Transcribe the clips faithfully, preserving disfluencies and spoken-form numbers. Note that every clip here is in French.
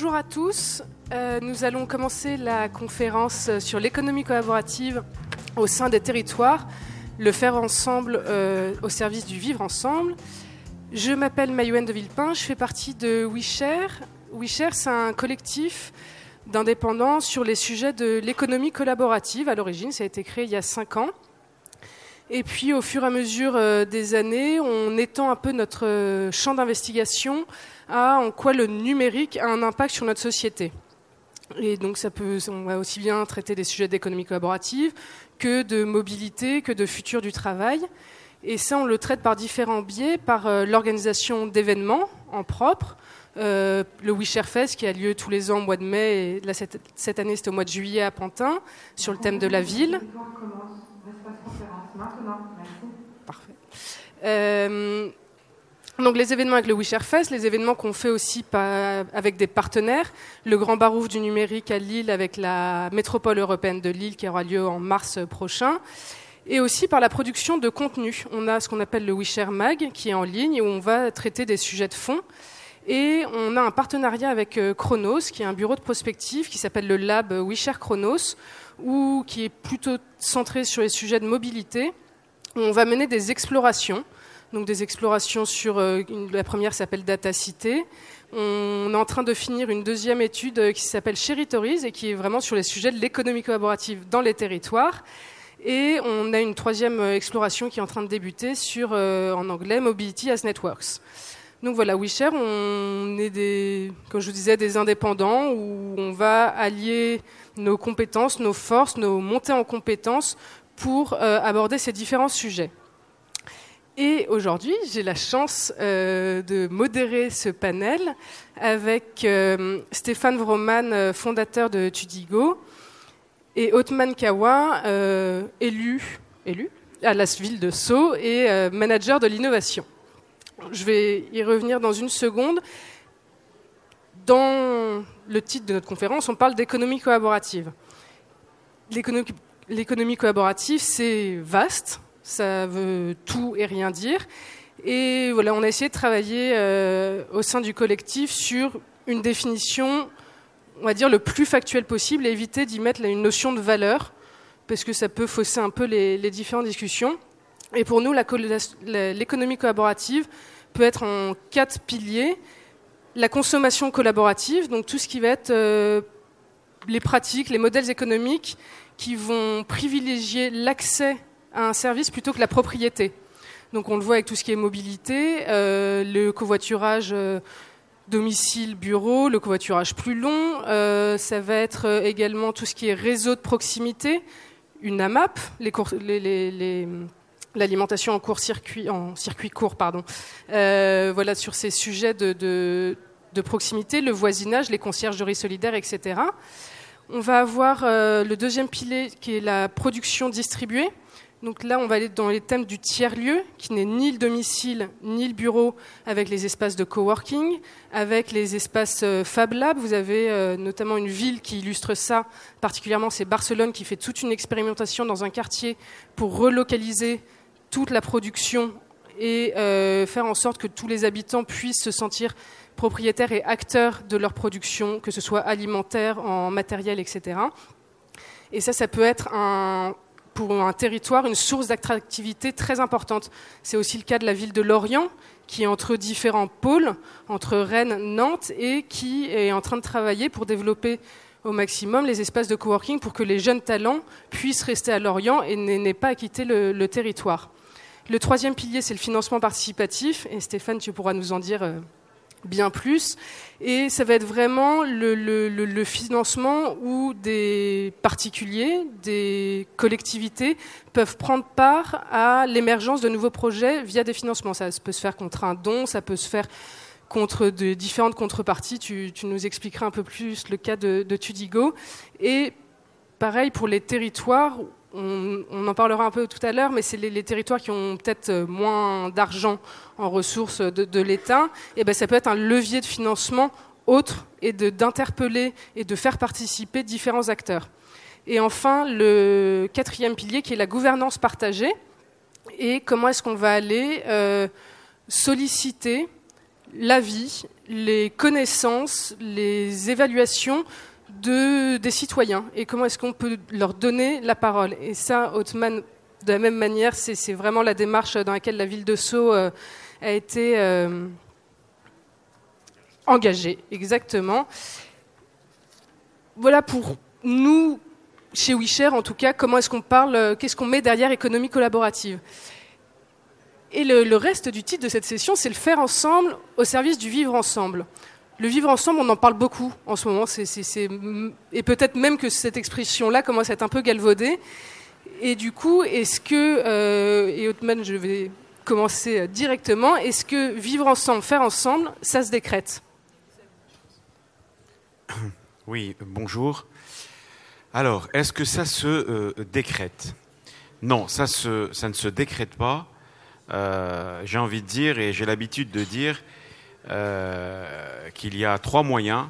Bonjour à tous. Euh, nous allons commencer la conférence sur l'économie collaborative au sein des territoires, le faire ensemble euh, au service du vivre ensemble. Je m'appelle Mayouen de Villepin, je fais partie de WeShare. WeShare, c'est un collectif d'indépendants sur les sujets de l'économie collaborative. À l'origine, ça a été créé il y a cinq ans. Et puis, au fur et à mesure euh, des années, on étend un peu notre euh, champ d'investigation à en quoi le numérique a un impact sur notre société. Et donc, ça peut, on va aussi bien traiter des sujets d'économie collaborative que de mobilité, que de futur du travail. Et ça, on le traite par différents biais, par euh, l'organisation d'événements en propre, euh, le WeShare Fest qui a lieu tous les ans au mois de mai, et là, cette, cette année, c'était au mois de juillet à Pantin, sur le thème de la ville. Maintenant, merci. Parfait. Euh, donc les événements avec le WeShare Fest, les événements qu'on fait aussi par, avec des partenaires, le Grand Barouf du numérique à Lille avec la métropole européenne de Lille qui aura lieu en mars prochain, et aussi par la production de contenu. On a ce qu'on appelle le WeShare Mag qui est en ligne où on va traiter des sujets de fond. Et on a un partenariat avec Chronos, qui est un bureau de prospective qui s'appelle le Lab WeShare Chronos, ou qui est plutôt centré sur les sujets de mobilité. On va mener des explorations, donc des explorations sur euh, une, la première s'appelle Data Cité. On est en train de finir une deuxième étude qui s'appelle Cheritories et qui est vraiment sur les sujets de l'économie collaborative dans les territoires. Et on a une troisième exploration qui est en train de débuter sur, euh, en anglais, Mobility as Networks. Donc voilà, WeShare, on est des, comme je vous disais, des indépendants où on va allier nos compétences, nos forces, nos montées en compétences pour euh, aborder ces différents sujets. Et aujourd'hui, j'ai la chance euh, de modérer ce panel avec euh, Stéphane Vroman, fondateur de Tudigo, et Othman Kawa, euh, élu, élu à la ville de Sceaux et euh, manager de l'innovation. Je vais y revenir dans une seconde. Dans le titre de notre conférence, on parle d'économie collaborative. L'économie, l'économie collaborative, c'est vaste, ça veut tout et rien dire. Et voilà, on a essayé de travailler euh, au sein du collectif sur une définition, on va dire, le plus factuelle possible et éviter d'y mettre une notion de valeur, parce que ça peut fausser un peu les, les différentes discussions. Et pour nous, la, la, l'économie collaborative peut être en quatre piliers. La consommation collaborative, donc tout ce qui va être euh, les pratiques, les modèles économiques qui vont privilégier l'accès à un service plutôt que la propriété. Donc on le voit avec tout ce qui est mobilité, euh, le covoiturage euh, domicile-bureau, le covoiturage plus long. Euh, ça va être également tout ce qui est réseau de proximité, une A M A P, les, cours, les, les, les l'alimentation en court circuit, en circuit court, pardon. Euh, voilà, sur ces sujets de, de, de proximité, le voisinage, les conciergeries solidaires, et cetera. On va avoir euh, le deuxième pilier qui est la production distribuée. Donc là, on va aller dans les thèmes du tiers-lieu, qui n'est ni le domicile, ni le bureau, avec les espaces de coworking, avec les espaces euh, Fab Lab. Vous avez euh, notamment une ville qui illustre ça, particulièrement, c'est Barcelone, qui fait toute une expérimentation dans un quartier pour relocaliser toute la production et euh, faire en sorte que tous les habitants puissent se sentir propriétaires et acteurs de leur production, que ce soit alimentaire, en matériel, et cetera. Et ça, ça peut être un, pour un territoire une source d'attractivité très importante. C'est aussi le cas de la ville de Lorient, qui est entre différents pôles, entre Rennes, Nantes, et qui est en train de travailler pour développer au maximum les espaces de coworking pour que les jeunes talents puissent rester à Lorient et n'aient pas à quitter le, le territoire. Le troisième pilier, c'est le financement participatif, et Stéphane, tu pourras nous en dire euh, bien plus. Et ça va être vraiment le, le, le, le financement où des particuliers, des collectivités peuvent prendre part à l'émergence de nouveaux projets via des financements. Ça peut se faire contre un don, ça peut se faire contre de différentes contreparties. Tu, tu nous expliqueras un peu plus le cas de, de Tudigo. Et pareil pour les territoires. On, on en parlera un peu tout à l'heure, mais c'est les, les territoires qui ont peut-être moins d'argent en ressources de, de l'État. Et ben ça peut être un levier de financement autre et de, d'interpeller et de faire participer différents acteurs. Et enfin, le quatrième pilier qui est la gouvernance partagée. Et comment est-ce qu'on va aller euh, solliciter la vie, les connaissances, les évaluations de, des citoyens et comment est-ce qu'on peut leur donner la parole. Et ça, Hautemann, de la même manière, c'est, c'est vraiment la démarche dans laquelle la ville de Sceaux euh, a été euh, engagée, exactement. Voilà pour nous, chez WeShare en tout cas, comment est-ce qu'on parle, euh, qu'est-ce qu'on met derrière économie collaborative. Et le, le reste du titre de cette session, c'est le faire ensemble au service du vivre ensemble. Le vivre ensemble, on en parle beaucoup en ce moment, c'est, c'est, c'est, et peut-être même que cette expression-là commence à être un peu galvaudée. Et du coup, est-ce que, euh, et Hautemann, je vais commencer directement, est-ce que vivre ensemble, faire ensemble, ça se décrète ? Oui, bonjour. Alors, est-ce que ça se euh, décrète ? Non, ça, se, ça ne se décrète pas. Euh, j'ai envie de dire, et j'ai l'habitude de dire, euh, qu'il y a trois moyens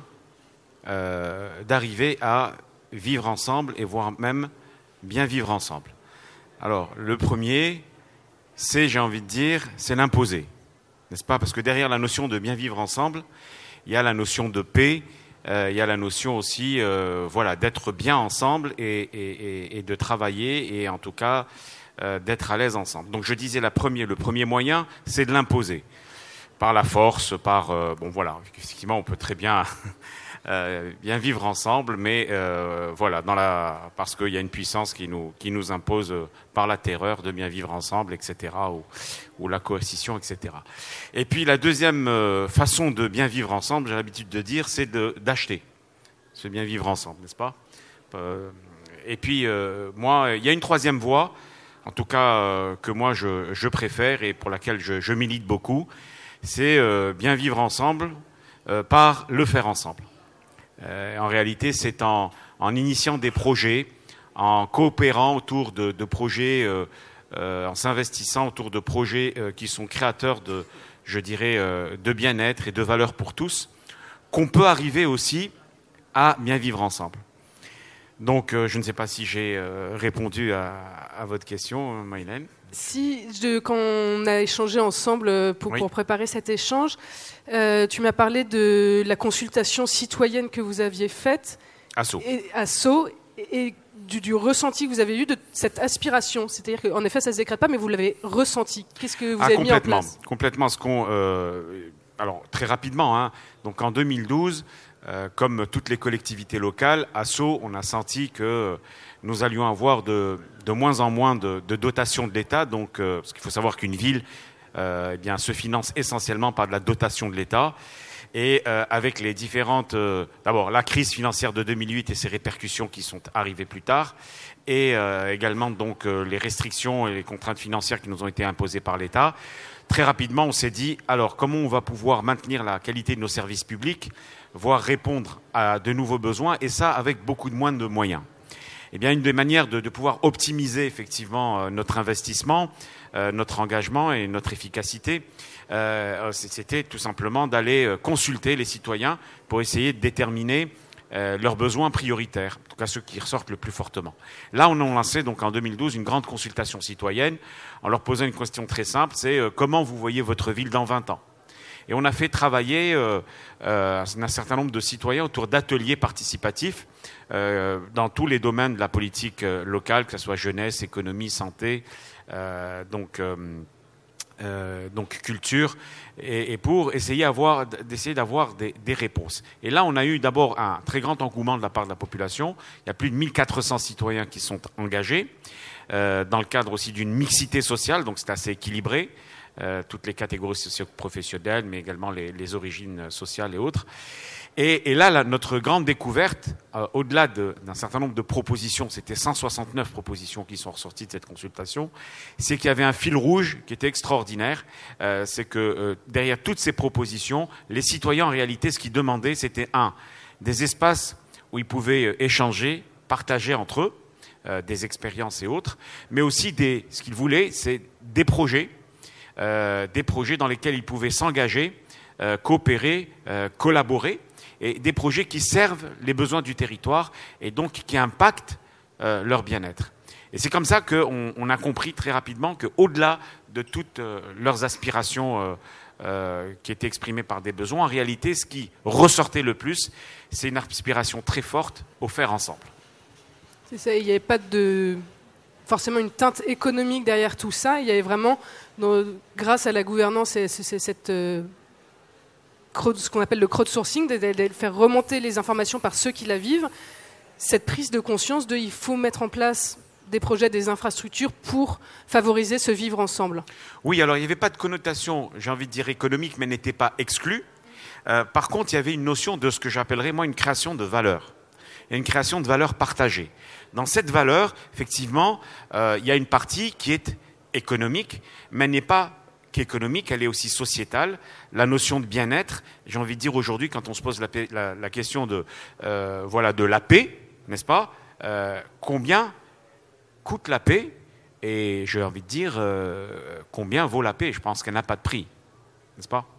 euh, d'arriver à vivre ensemble et voire même bien vivre ensemble. Alors, le premier, c'est, j'ai envie de dire, c'est l'imposer, n'est-ce pas ? Parce que derrière la notion de bien vivre ensemble, il y a la notion de paix, euh, il y a la notion aussi, euh, voilà, d'être bien ensemble et, et, et, et de travailler et en tout cas euh, d'être à l'aise ensemble. Donc, je disais, la première, le premier moyen, c'est de l'imposer par la force, par euh, bon, voilà, effectivement, on peut très bien Euh, bien vivre ensemble, mais euh, voilà, dans la, parce qu'il y a une puissance qui nous, qui nous impose euh, par la terreur de bien vivre ensemble, et cetera, ou, ou la coercition, et cetera. Et puis la deuxième euh, façon de bien vivre ensemble, j'ai l'habitude de dire, c'est de, d'acheter ce bien vivre ensemble, n'est-ce pas ? euh, Et puis, euh, moi, il y a une troisième voie, en tout cas euh, que moi je, je préfère et pour laquelle je, je milite beaucoup, c'est euh, bien vivre ensemble euh, par le faire ensemble. Euh, en réalité, c'est en, en initiant des projets, en coopérant autour de, de projets, euh, euh, en s'investissant autour de projets euh, qui sont créateurs de, je dirais, euh, de bien-être et de valeur pour tous, qu'on peut arriver aussi à bien vivre ensemble. Donc, euh, je ne sais pas si j'ai euh, répondu à, à votre question, Maïlène. Si, je, quand on a échangé ensemble pour, oui. pour préparer cet échange, euh, tu m'as parlé de la consultation citoyenne que vous aviez faite à Sceaux, et, à Sceaux, et, et du, du ressenti que vous avez eu de cette aspiration. C'est-à-dire qu'en effet, ça ne se décrète pas, mais vous l'avez ressenti. Qu'est-ce que vous ah, avez mis en place ? Complètement. Ce qu'on, euh, alors, très rapidement, hein, donc en deux mille douze, euh, comme toutes les collectivités locales, à Sceaux, on a senti que nous allions avoir de, de moins en moins de, de dotations de l'État, donc, euh, parce qu'il faut savoir qu'une ville euh, eh bien, se finance essentiellement par de la dotation de l'État. Et euh, avec les différentes... Euh, d'abord, la crise financière de deux mille huit et ses répercussions qui sont arrivées plus tard, et euh, également donc, euh, les restrictions et les contraintes financières qui nous ont été imposées par l'État. Très rapidement, on s'est dit, alors, comment on va pouvoir maintenir la qualité de nos services publics, voire répondre à de nouveaux besoins, et ça avec beaucoup de moins de moyens. Eh bien, une des manières de, de pouvoir optimiser effectivement euh, notre investissement, euh, notre engagement et notre efficacité, euh, c'était tout simplement d'aller euh, consulter les citoyens pour essayer de déterminer euh, leurs besoins prioritaires, en tout cas ceux qui ressortent le plus fortement. Là, on a lancé donc en deux mille douze une grande consultation citoyenne en leur posant une question très simple, c'est euh, comment vous voyez votre ville dans vingt ans ? Et on a fait travailler euh, euh, un certain nombre de citoyens autour d'ateliers participatifs euh, dans tous les domaines de la politique euh, locale, que ce soit jeunesse, économie, santé, euh, donc, euh, euh, donc culture, et, et pour essayer, avoir, d'essayer d'avoir des, des réponses. Et là, on a eu d'abord un très grand engouement de la part de la population. Il y a plus de mille quatre cents citoyens qui sont engagés, euh, dans le cadre aussi d'une mixité sociale, donc c'est assez équilibré. Euh, toutes les catégories socio-professionnelles, mais également les, les origines sociales et autres. Et, et là, la, notre grande découverte, euh, au-delà de, d'un certain nombre de propositions, c'était cent soixante-neuf propositions qui sont ressorties de cette consultation, c'est qu'il y avait un fil rouge qui était extraordinaire. Euh, c'est que euh, derrière toutes ces propositions, les citoyens, en réalité, ce qu'ils demandaient, c'était un, des espaces où ils pouvaient euh, échanger, partager entre eux, euh, des expériences et autres, mais aussi des, ce qu'ils voulaient, c'est des projets, Euh, des projets dans lesquels ils pouvaient s'engager, euh, coopérer, euh, collaborer, et des projets qui servent les besoins du territoire et donc qui impactent euh, leur bien-être. Et c'est comme ça qu'on on a compris très rapidement qu'au-delà de toutes euh, leurs aspirations euh, euh, qui étaient exprimées par des besoins. En réalité, ce qui ressortait le plus, c'est une aspiration très forte au faire ensemble. C'est ça, il n'y avait pas de, forcément une teinte économique derrière tout ça. Il y avait vraiment, dans, grâce à la gouvernance et c'est, cette, euh, ce qu'on appelle le crowdsourcing, de, de, de faire remonter les informations par ceux qui la vivent, cette prise de conscience de il faut mettre en place des projets, des infrastructures pour favoriser ce vivre ensemble. Oui, alors il n'y avait pas de connotation, j'ai envie de dire économique, mais n'était pas exclue. Euh, par contre, il y avait une notion de ce que j'appellerais moi une création de valeur. Il y a une création de valeur partagée. Dans cette valeur, effectivement, euh, il y a une partie qui est économique, mais elle n'est pas qu'économique, elle est aussi sociétale. La notion de bien-être, j'ai envie de dire aujourd'hui, quand on se pose la, la, la question de, euh, voilà, de la paix, n'est-ce pas, euh, combien coûte la paix, et j'ai envie de dire euh, combien vaut la paix. Je pense qu'elle n'a pas de prix, n'est-ce pas?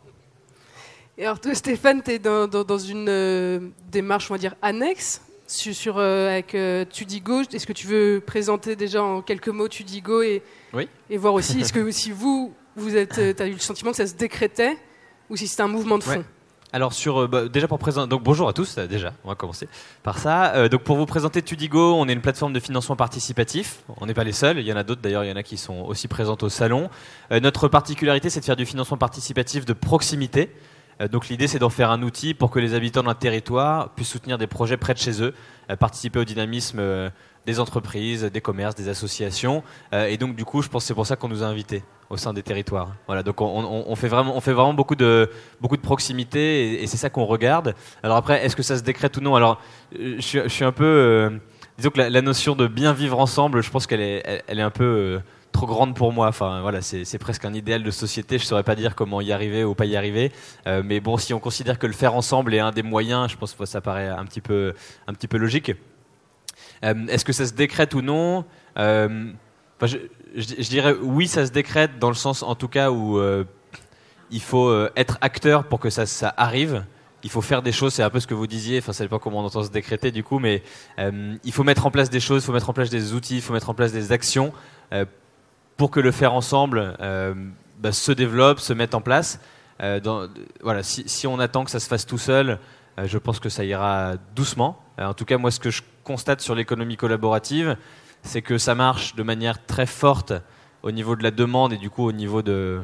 Et alors toi, Stéphane, tu es dans, dans, dans une euh, démarche, on va dire, annexe sur, sur, euh, avec euh, Tudigo. Est-ce que tu veux présenter déjà en quelques mots Tudigo et, oui. et voir aussi, est-ce que si vous, vous êtes, euh, tu as eu le sentiment que ça se décrétait ou si c'était un mouvement de fond? Ouais. Alors sur, euh, bah, déjà pour présenter, donc bonjour à tous, euh, déjà, on va commencer par ça. Euh, donc pour vous présenter Tudigo, on est une plateforme de financement participatif. On n'est pas les seuls, il y en a d'autres d'ailleurs, il y en a qui sont aussi présentes au salon. Euh, notre particularité, c'est de faire du financement participatif de proximité. Euh, donc l'idée, c'est d'en faire un outil pour que les habitants d'un territoire puissent soutenir des projets près de chez eux, euh, participer au dynamisme euh, des entreprises, des commerces, des associations. Euh, et donc du coup, je pense que c'est pour ça qu'on nous a invités au sein des territoires. Voilà, donc on, on, on fait vraiment, on fait vraiment beaucoup de, beaucoup de proximité et, et c'est ça qu'on regarde. Alors après, est-ce que ça se décrète ou non? Alors, je suis, je suis un peu, euh, disons que la, la notion de bien vivre ensemble, je pense qu'elle est, elle, elle est un peu euh, trop grande pour moi. Enfin, voilà, c'est, c'est presque un idéal de société. Je saurais pas dire comment y arriver ou pas y arriver. Euh, mais bon, si on considère que le faire ensemble est un des moyens, je pense que ça paraît un petit peu, un petit peu logique. Euh, est-ce que ça se décrète ou non? euh, Enfin, je, je, je dirais oui, ça se décrète dans le sens, en tout cas, où euh, il faut euh, être acteur pour que ça, ça arrive. Il faut faire des choses, c'est un peu ce que vous disiez. Enfin, ça dépend comment on entend se décréter du coup, mais euh, il faut mettre en place des choses, il faut mettre en place des outils, il faut mettre en place des actions euh, pour que le faire ensemble euh, bah, se développe, se mette en place. Euh, dans, voilà, si, si on attend que ça se fasse tout seul, euh, je pense que ça ira doucement. Euh, en tout cas, moi, ce que je constate sur l'économie collaborative, c'est que ça marche de manière très forte au niveau de la demande et du coup au niveau de,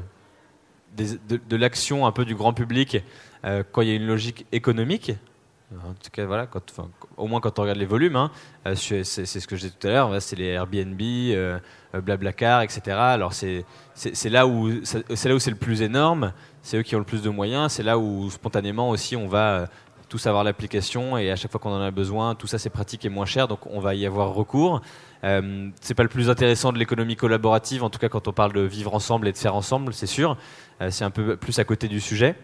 de, de, de l'action un peu du grand public euh, quand il y a une logique économique. En tout cas, voilà, quand, enfin, au moins quand on regarde les volumes, hein, euh, c'est, c'est ce que je disais tout à l'heure, ouais, c'est les Airbnb, euh, Blablacar, et cetera. Alors c'est, c'est, c'est, là où, c'est là où c'est le plus énorme, c'est eux qui ont le plus de moyens, c'est là où spontanément aussi on va euh, tous avoir l'application et à chaque fois qu'on en a besoin, tout ça c'est pratique et moins cher, donc on va y avoir recours. Euh, c'est pas le plus intéressant de l'économie collaborative, en tout cas quand on parle de vivre ensemble et de faire ensemble, c'est sûr. Euh, c'est un peu plus à côté du sujet.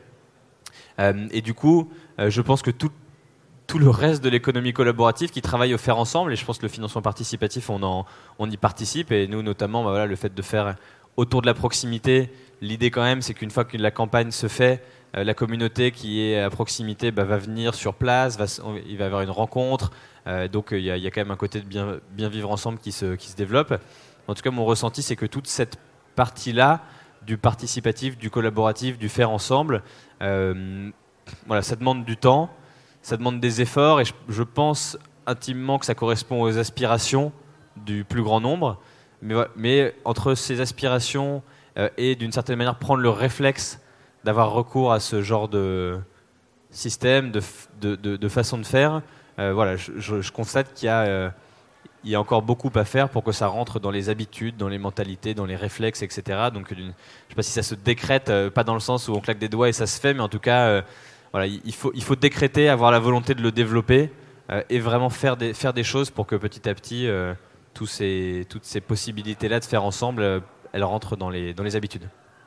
Euh, et du coup, euh, je pense que tout, tout le reste de l'économie collaborative qui travaille au faire ensemble, et je pense que le financement participatif, on, en, on y participe, et nous notamment, bah voilà, le fait de faire autour de la proximité, l'idée quand même, c'est qu'une fois que la campagne se fait, euh, la communauté qui est à proximité bah, va venir sur place, va, il va y avoir une rencontre. Euh, donc il y, y a quand même un côté de bien, bien vivre ensemble qui se, qui se développe. En tout cas, mon ressenti, c'est que toute cette partie-là, du participatif, du collaboratif, du faire ensemble, euh, voilà, ça demande du temps, ça demande des efforts, et je, je pense intimement que ça correspond aux aspirations du plus grand nombre. Mais, mais entre ces aspirations euh, et d'une certaine manière prendre le réflexe d'avoir recours à ce genre de système, de, de, de, de façon de faire, Euh, voilà, je, je, je constate qu'il y a, euh, il y a encore beaucoup à faire pour que ça rentre dans les habitudes, dans les mentalités, dans les réflexes, et cetera. Donc, je ne sais pas si ça se décrète, euh, pas dans le sens où on claque des doigts et ça se fait, mais en tout cas, euh, voilà, il faut, il faut décréter, avoir la volonté de le développer euh, et vraiment faire des, faire des choses pour que petit à petit, euh, tous ces, toutes ces possibilités-là de faire ensemble, euh, elles rentrent dans les, dans les habitudes.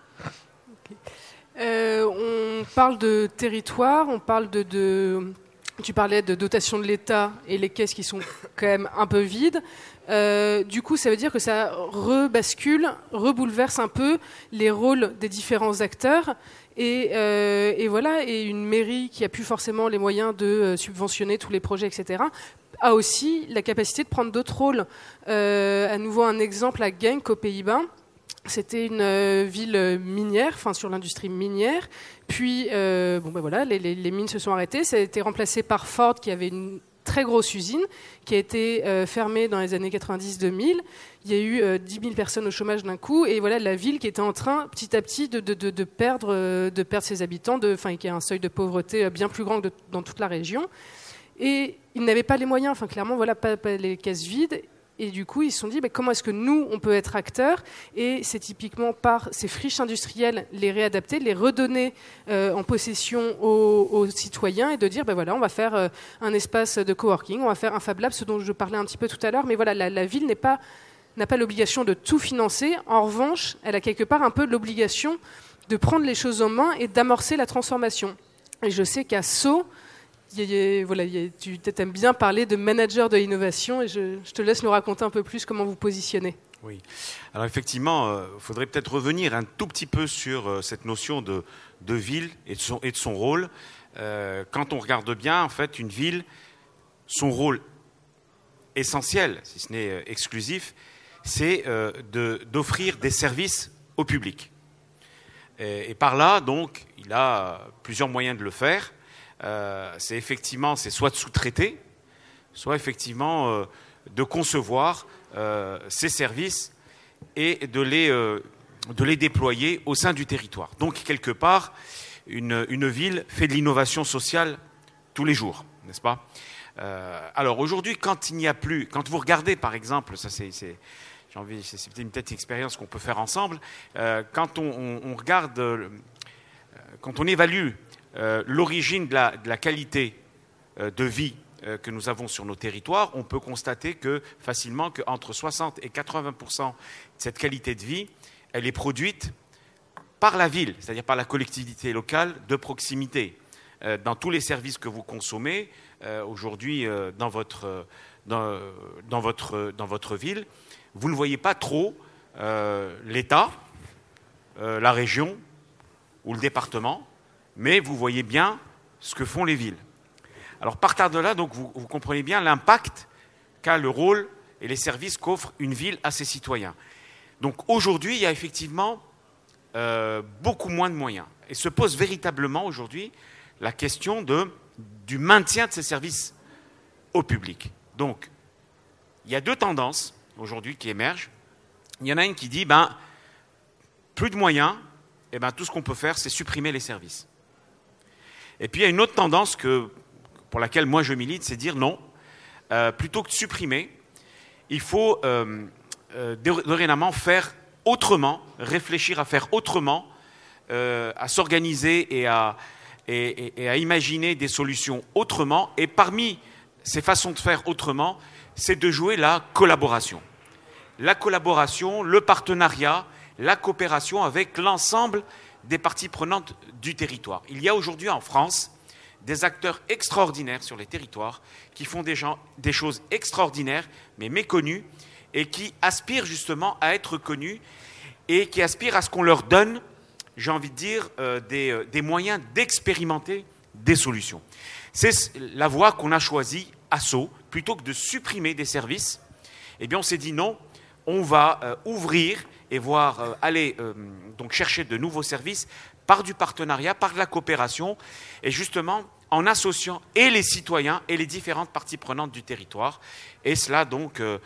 Okay. Euh, on parle de territoire, on parle de... de... Tu parlais de dotation de l'État et les caisses qui sont quand même un peu vides. Euh, du coup, ça veut dire que ça rebascule, rebouleverse un peu les rôles des différents acteurs. Et, euh, et voilà, et une mairie qui a plus forcément les moyens de subventionner tous les projets, et cetera, a aussi la capacité de prendre d'autres rôles. Euh, à nouveau, un exemple à Genk, aux Pays-Bas. C'était une euh, ville minière, enfin sur l'industrie minière. Puis, euh, bon ben voilà, les, les, les mines se sont arrêtées. Ça a été remplacé par Ford, qui avait une très grosse usine, qui a été euh, fermée dans les années quatre-vingt-dix deux mille. Il y a eu euh, dix mille personnes au chômage d'un coup, et voilà la ville qui était en train, petit à petit, de, de, de, de perdre, euh, de perdre ses habitants, enfin, qui a un seuil de pauvreté bien plus grand que de, dans toute la région. Et ils n'avaient pas les moyens, enfin clairement, voilà, pas, pas les caisses vides. Et du coup, ils se sont dit, bah, comment est-ce que nous, on peut être acteurs ? Et c'est typiquement par ces friches industrielles, les réadapter, les redonner euh, en possession aux, aux citoyens et de dire, bah, voilà, on va faire euh, un espace de coworking, on va faire un Fab Lab, ce dont je parlais un petit peu tout à l'heure. Mais voilà, la, la ville n'est pas, n'a pas l'obligation de tout financer. En revanche, elle a quelque part un peu l'obligation de prendre les choses en main et d'amorcer la transformation. Et je sais qu'à Sceaux, Il y a, voilà, il y a, tu aimes bien parler de manager de l'innovation et je, je te laisse nous raconter un peu plus comment vous positionnez. Oui. Alors effectivement, il euh, faudrait peut-être revenir un tout petit peu sur euh, cette notion de, de ville et de son, et de son rôle. Euh, quand on regarde bien, en fait, une ville, son rôle essentiel, si ce n'est euh, exclusif, c'est euh, de, d'offrir des services au public. Et, et par là, donc, il a plusieurs moyens de le faire. Euh, c'est effectivement, c'est soit de sous-traiter, soit effectivement euh, de concevoir euh, ces services et de les, euh, de les déployer au sein du territoire. Donc, quelque part, une, une ville fait de l'innovation sociale tous les jours, n'est-ce pas ? euh, Alors, aujourd'hui, quand il n'y a plus, quand vous regardez, par exemple, ça c'est, c'est j'ai envie, c'est, c'est peut-être une petite expérience qu'on peut faire ensemble, euh, quand on, on, on regarde, euh, quand on évalue Euh, l'origine de la, de la qualité euh, de vie euh, que nous avons sur nos territoires, on peut constater que facilement qu'entre soixante et quatre-vingts pour cent de cette qualité de vie, elle est produite par la ville, c'est-à-dire par la collectivité locale de proximité. Euh, dans tous les services que vous consommez euh, aujourd'hui euh, dans, votre, dans, dans, votre, dans votre ville, vous ne voyez pas trop euh, l'État, euh, la région ou le département, mais vous voyez bien ce que font les villes. Alors, partant de là, donc, vous, vous comprenez bien l'impact qu'a le rôle et les services qu'offre une ville à ses citoyens. Donc, aujourd'hui, il y a effectivement euh, beaucoup moins de moyens. Et se pose véritablement aujourd'hui la question de, du maintien de ces services au public. Donc, il y a deux tendances aujourd'hui qui émergent. Il y en a une qui dit, ben, plus de moyens, et ben, tout ce qu'on peut faire, c'est supprimer les services. Et puis il y a une autre tendance que, pour laquelle moi je milite, c'est dire non, euh, plutôt que de supprimer, il faut euh, euh, dorénavant faire autrement, réfléchir à faire autrement, euh, à s'organiser et à, et, et, et à imaginer des solutions autrement. Et parmi ces façons de faire autrement, c'est de jouer la collaboration. La collaboration, le partenariat, la coopération avec l'ensemble des parties prenantes du territoire. Il y a aujourd'hui en France des acteurs extraordinaires sur les territoires qui font des, gens, des choses extraordinaires mais méconnues et qui aspirent justement à être connus et qui aspirent à ce qu'on leur donne, j'ai envie de dire, euh, des, euh, des moyens d'expérimenter des solutions. C'est la voie qu'on a choisie à Sceaux. Plutôt que de supprimer des services, eh bien on s'est dit non, on va euh, ouvrir et voir euh, aller euh, donc chercher de nouveaux services par du partenariat, par de la coopération, et justement en associant et les citoyens et les différentes parties prenantes du territoire, et cela donc euh,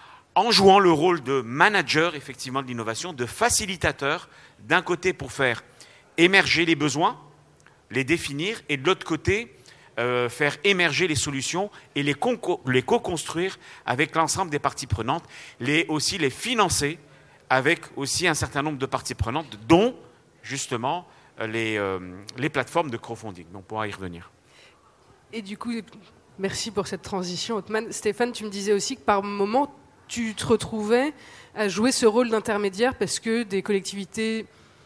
en jouant le rôle de manager effectivement de l'innovation, de facilitateur, d'un côté pour faire émerger les besoins, les définir, et de l'autre côté euh, faire émerger les solutions et les, co- les co-construire avec l'ensemble des parties prenantes, les, aussi les financer avec aussi un certain nombre de parties prenantes, dont justement les, euh, les plateformes de crowdfunding. Donc on pourra y revenir. Et du coup, merci pour cette transition, Othman. Stéphane, tu me disais aussi que par moment, tu te retrouvais à jouer ce rôle d'intermédiaire parce que des collectivités,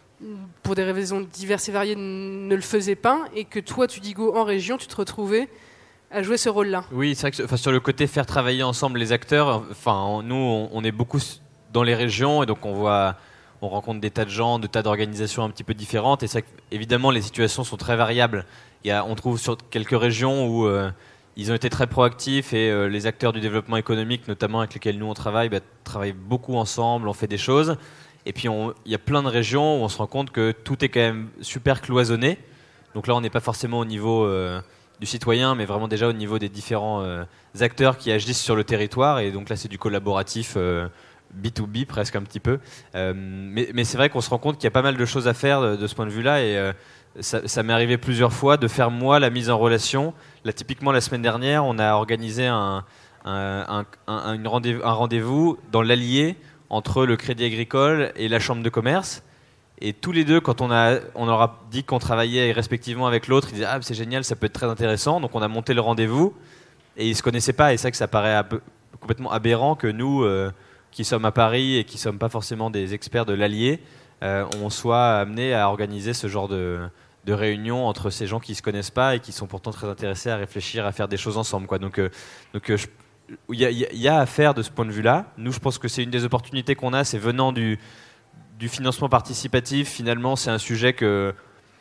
pour des raisons diverses et variées, ne le faisaient pas, et que toi, Tudigo, en région, tu te retrouvais à jouer ce rôle-là. Oui, c'est vrai que enfin, sur le côté faire travailler ensemble les acteurs, enfin, nous, on, on est beaucoup dans les régions, et donc on voit, on rencontre des tas de gens, de tas d'organisations un petit peu différentes, et c'est vrai qu'évidemment, les situations sont très variables. Il y a, on trouve sur quelques régions où euh, ils ont été très proactifs, et euh, les acteurs du développement économique, notamment avec lesquels nous on travaille, bah, travaillent beaucoup ensemble, on fait des choses. Et puis il y a plein de régions où on se rend compte que tout est quand même super cloisonné. Donc là, on n'est pas forcément au niveau euh, du citoyen, mais vraiment déjà au niveau des différents euh, acteurs qui agissent sur le territoire. Et donc là, c'est du collaboratif euh, B deux B presque un petit peu. Euh, mais mais c'est vrai qu'on se rend compte qu'il y a pas mal de choses à faire de, de ce point de vue-là. Et euh, ça, ça m'est arrivé plusieurs fois de faire moi la mise en relation. Là, typiquement, la semaine dernière, on a organisé un, un, un, un, une rendez-vous, un rendez-vous dans l'Allier entre le Crédit Agricole et la Chambre de commerce. Et tous les deux, quand on, a, on leur a dit qu'on travaillait respectivement avec l'autre, ils disaient « Ah, c'est génial, ça peut être très intéressant ». Donc on a monté le rendez-vous et ils ne se connaissaient pas. Et c'est vrai que ça paraît un peu, complètement aberrant que nous, euh, qui sommes à Paris et qui ne sommes pas forcément des experts de l'Allier, euh, on soit amenés à organiser ce genre de, de réunion entre ces gens qui ne se connaissent pas et qui sont pourtant très intéressés à réfléchir, à faire des choses ensemble, quoi. Donc, euh, donc euh, je, il y, y, y a à faire de ce point de vue-là. Nous, je pense que c'est une des opportunités qu'on a, c'est venant du, du financement participatif. Finalement, c'est un sujet que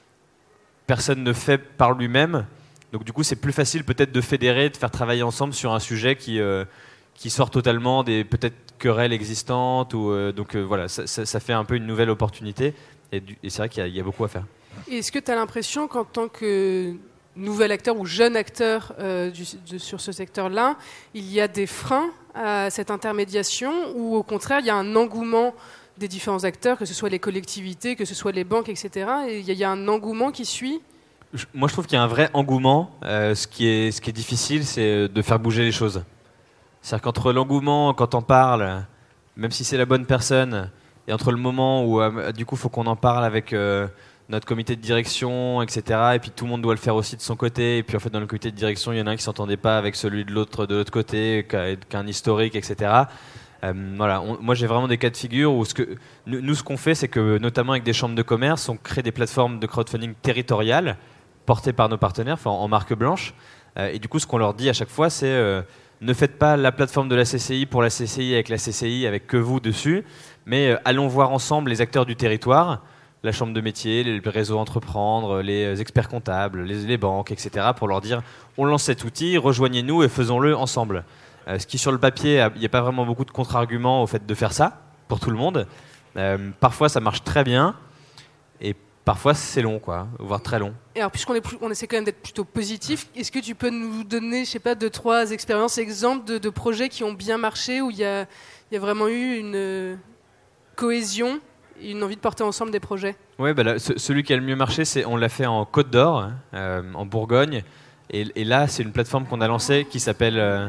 personne ne fait par lui-même. Donc du coup, c'est plus facile peut-être de fédérer, de faire travailler ensemble sur un sujet qui, euh, qui sort totalement des peut-être querelles existantes. Ou, euh, donc euh, voilà, ça, ça, ça fait un peu une nouvelle opportunité. Et, du, et c'est vrai qu'il y a, il y a beaucoup à faire. Et est-ce que tu as l'impression qu'en tant que nouvel acteur ou jeune acteur euh, du, de, sur ce secteur-là, il y a des freins à cette intermédiation ou au contraire, il y a un engouement des différents acteurs, que ce soit les collectivités, que ce soit les banques, et cetera. Et il y a, il y a un engouement qui suit? je, Moi, je trouve qu'il y a un vrai engouement. Euh, ce, qui est, ce qui est difficile, c'est de faire bouger les choses. C'est-à-dire qu'entre l'engouement, quand on parle, même si c'est la bonne personne, et entre le moment où, euh, du coup, il faut qu'on en parle avec... Euh, notre comité de direction, et cetera. Et puis tout le monde doit le faire aussi de son côté. Et puis en fait, dans le comité de direction, il y en a un qui s'entendait pas avec celui de l'autre de l'autre côté, qu'un historique, et cetera. Euh, voilà. On, moi, j'ai vraiment des cas de figure où ce que nous, nous ce qu'on fait, c'est que notamment avec des chambres de commerce, on crée des plateformes de crowdfunding territoriales portées par nos partenaires, enfin en marque blanche. Euh, et du coup, ce qu'on leur dit à chaque fois, c'est euh, ne faites pas la plateforme de la C C I pour la C C I avec la C C I avec que vous dessus, mais euh, allons voir ensemble les acteurs du territoire. La chambre de métier, les réseaux entreprendre, les experts comptables, les, les banques, et cetera, pour leur dire on lance cet outil, rejoignez-nous et faisons-le ensemble. Euh, ce qui, sur le papier, il n'y a pas vraiment beaucoup de contre-arguments au fait de faire ça, pour tout le monde. Euh, parfois, ça marche très bien, et parfois, c'est long, quoi, voire très long. Et alors, puisqu'on est plus, on essaie quand même d'être plutôt positif, est-ce que tu peux nous donner, je sais pas, deux, trois expériences, exemples de, de projets qui ont bien marché, où il y a, il y a vraiment eu une cohésion, une envie de porter ensemble des projets? Oui, bah là, ce, celui qui a le mieux marché, c'est, on l'a fait en Côte d'Or, euh, en Bourgogne. Et, et là, c'est une plateforme qu'on a lancée qui s'appelle... Euh...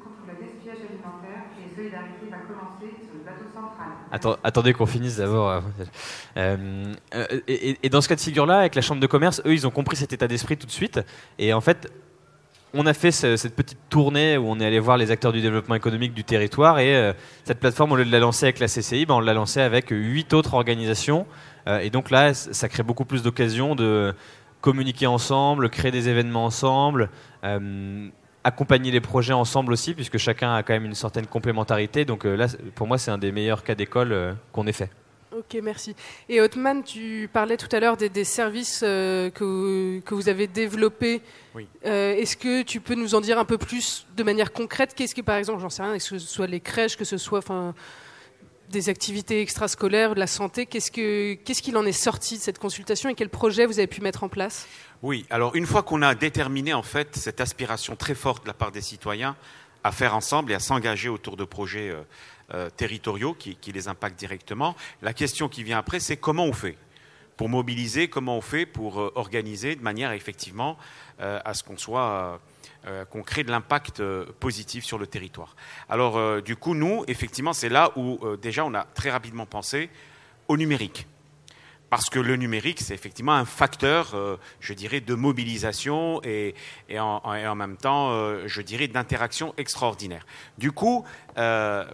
Attends, attendez qu'on finisse d'abord. Euh, euh, et, et dans ce cas de figure-là, avec la Chambre de commerce, eux, ils ont compris cet état d'esprit tout de suite. Et en fait, on a fait ce, cette petite tournée où on est allé voir les acteurs du développement économique du territoire. Et euh, cette plateforme, au lieu de la lancer avec la C C I, ben, on l'a lancée avec huit autres organisations. Euh, et donc là, ça crée beaucoup plus d'occasions de communiquer ensemble, créer des événements ensemble, euh, accompagner les projets ensemble aussi, puisque chacun a quand même une certaine complémentarité. Donc euh, là, pour moi, c'est un des meilleurs cas d'école euh, qu'on ait fait. Ok, merci. Et Othman, tu parlais tout à l'heure des, des services euh, que, que vous avez développés. Oui. Euh, est-ce que tu peux nous en dire un peu plus de manière concrète? Qu'est-ce que, par exemple, j'en sais rien, est-ce que ce soit les crèches, que ce soit enfin, des activités extrascolaires, de la santé, qu'est-ce, que, qu'est-ce qu'il en est sorti de cette consultation et quels projets vous avez pu mettre en place? Oui, alors une fois qu'on a déterminé en fait cette aspiration très forte de la part des citoyens à faire ensemble et à s'engager autour de projets euh, euh, territoriaux qui, qui les impactent directement, la question qui vient après, c'est comment on fait pour mobiliser, comment on fait pour euh, organiser de manière effectivement euh, à ce qu'on soit, euh, qu'on crée de l'impact euh, positif sur le territoire. Alors euh, du coup, nous, effectivement, c'est là où euh, déjà on a très rapidement pensé au numérique. Parce que le numérique, c'est effectivement un facteur, euh, je dirais, de mobilisation et, et, en, et en même temps, euh, je dirais, d'interaction extraordinaire. Du coup, euh,